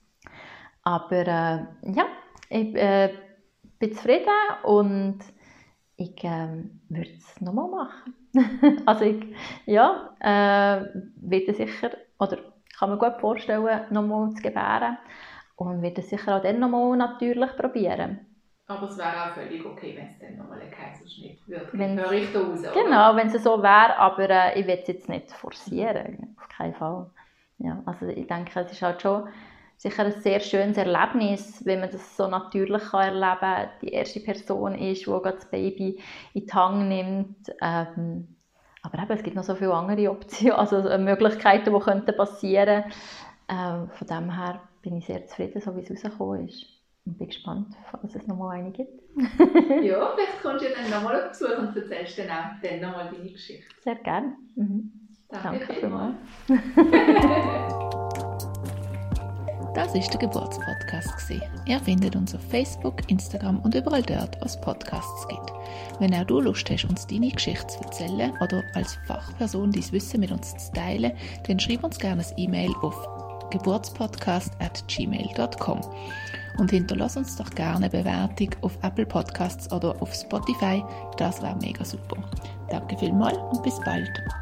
Aber ich bin zufrieden und ich würde es nochmal machen. Also werde sicher, oder kann mir gut vorstellen, nochmal zu gebären und werde es sicher auch dann nochmal natürlich probieren. Aber es wäre auch völlig okay, wenn es dann nochmal ein Kaiserschnitt wird. Höre ich da raus, oder? Genau, wenn es so wäre, aber ich will es jetzt nicht forcieren, auf keinen Fall. Ja, also ich denke, es ist halt schon sicher ein sehr schönes Erlebnis, wenn man das so natürlich erleben kann. Die erste Person ist, die gerade das Baby in die Hand nimmt. Aber eben, es gibt noch so viele andere Optionen, also Möglichkeiten, die passieren könnten. Von dem her bin ich sehr zufrieden, so wie es rausgekommen ist. Und bin gespannt, falls es nochmal eine gibt. Ja, vielleicht kommst du ja dann nochmal auf Besuch und erzählst dann auch nochmal deine Geschichte. Sehr gerne. Mhm. Danke vielmals. Das war der Geburtspodcast. Ihr findet uns auf Facebook, Instagram und überall dort, wo es Podcasts gibt. Wenn auch du Lust hast, uns deine Geschichte zu erzählen oder als Fachperson dein Wissen mit uns zu teilen, dann schreib uns gerne ein E-Mail auf geburtspodcast@gmail.com und hinterlass uns doch gerne eine Bewertung auf Apple Podcasts oder auf Spotify. Das wäre mega super. Danke vielmals und bis bald.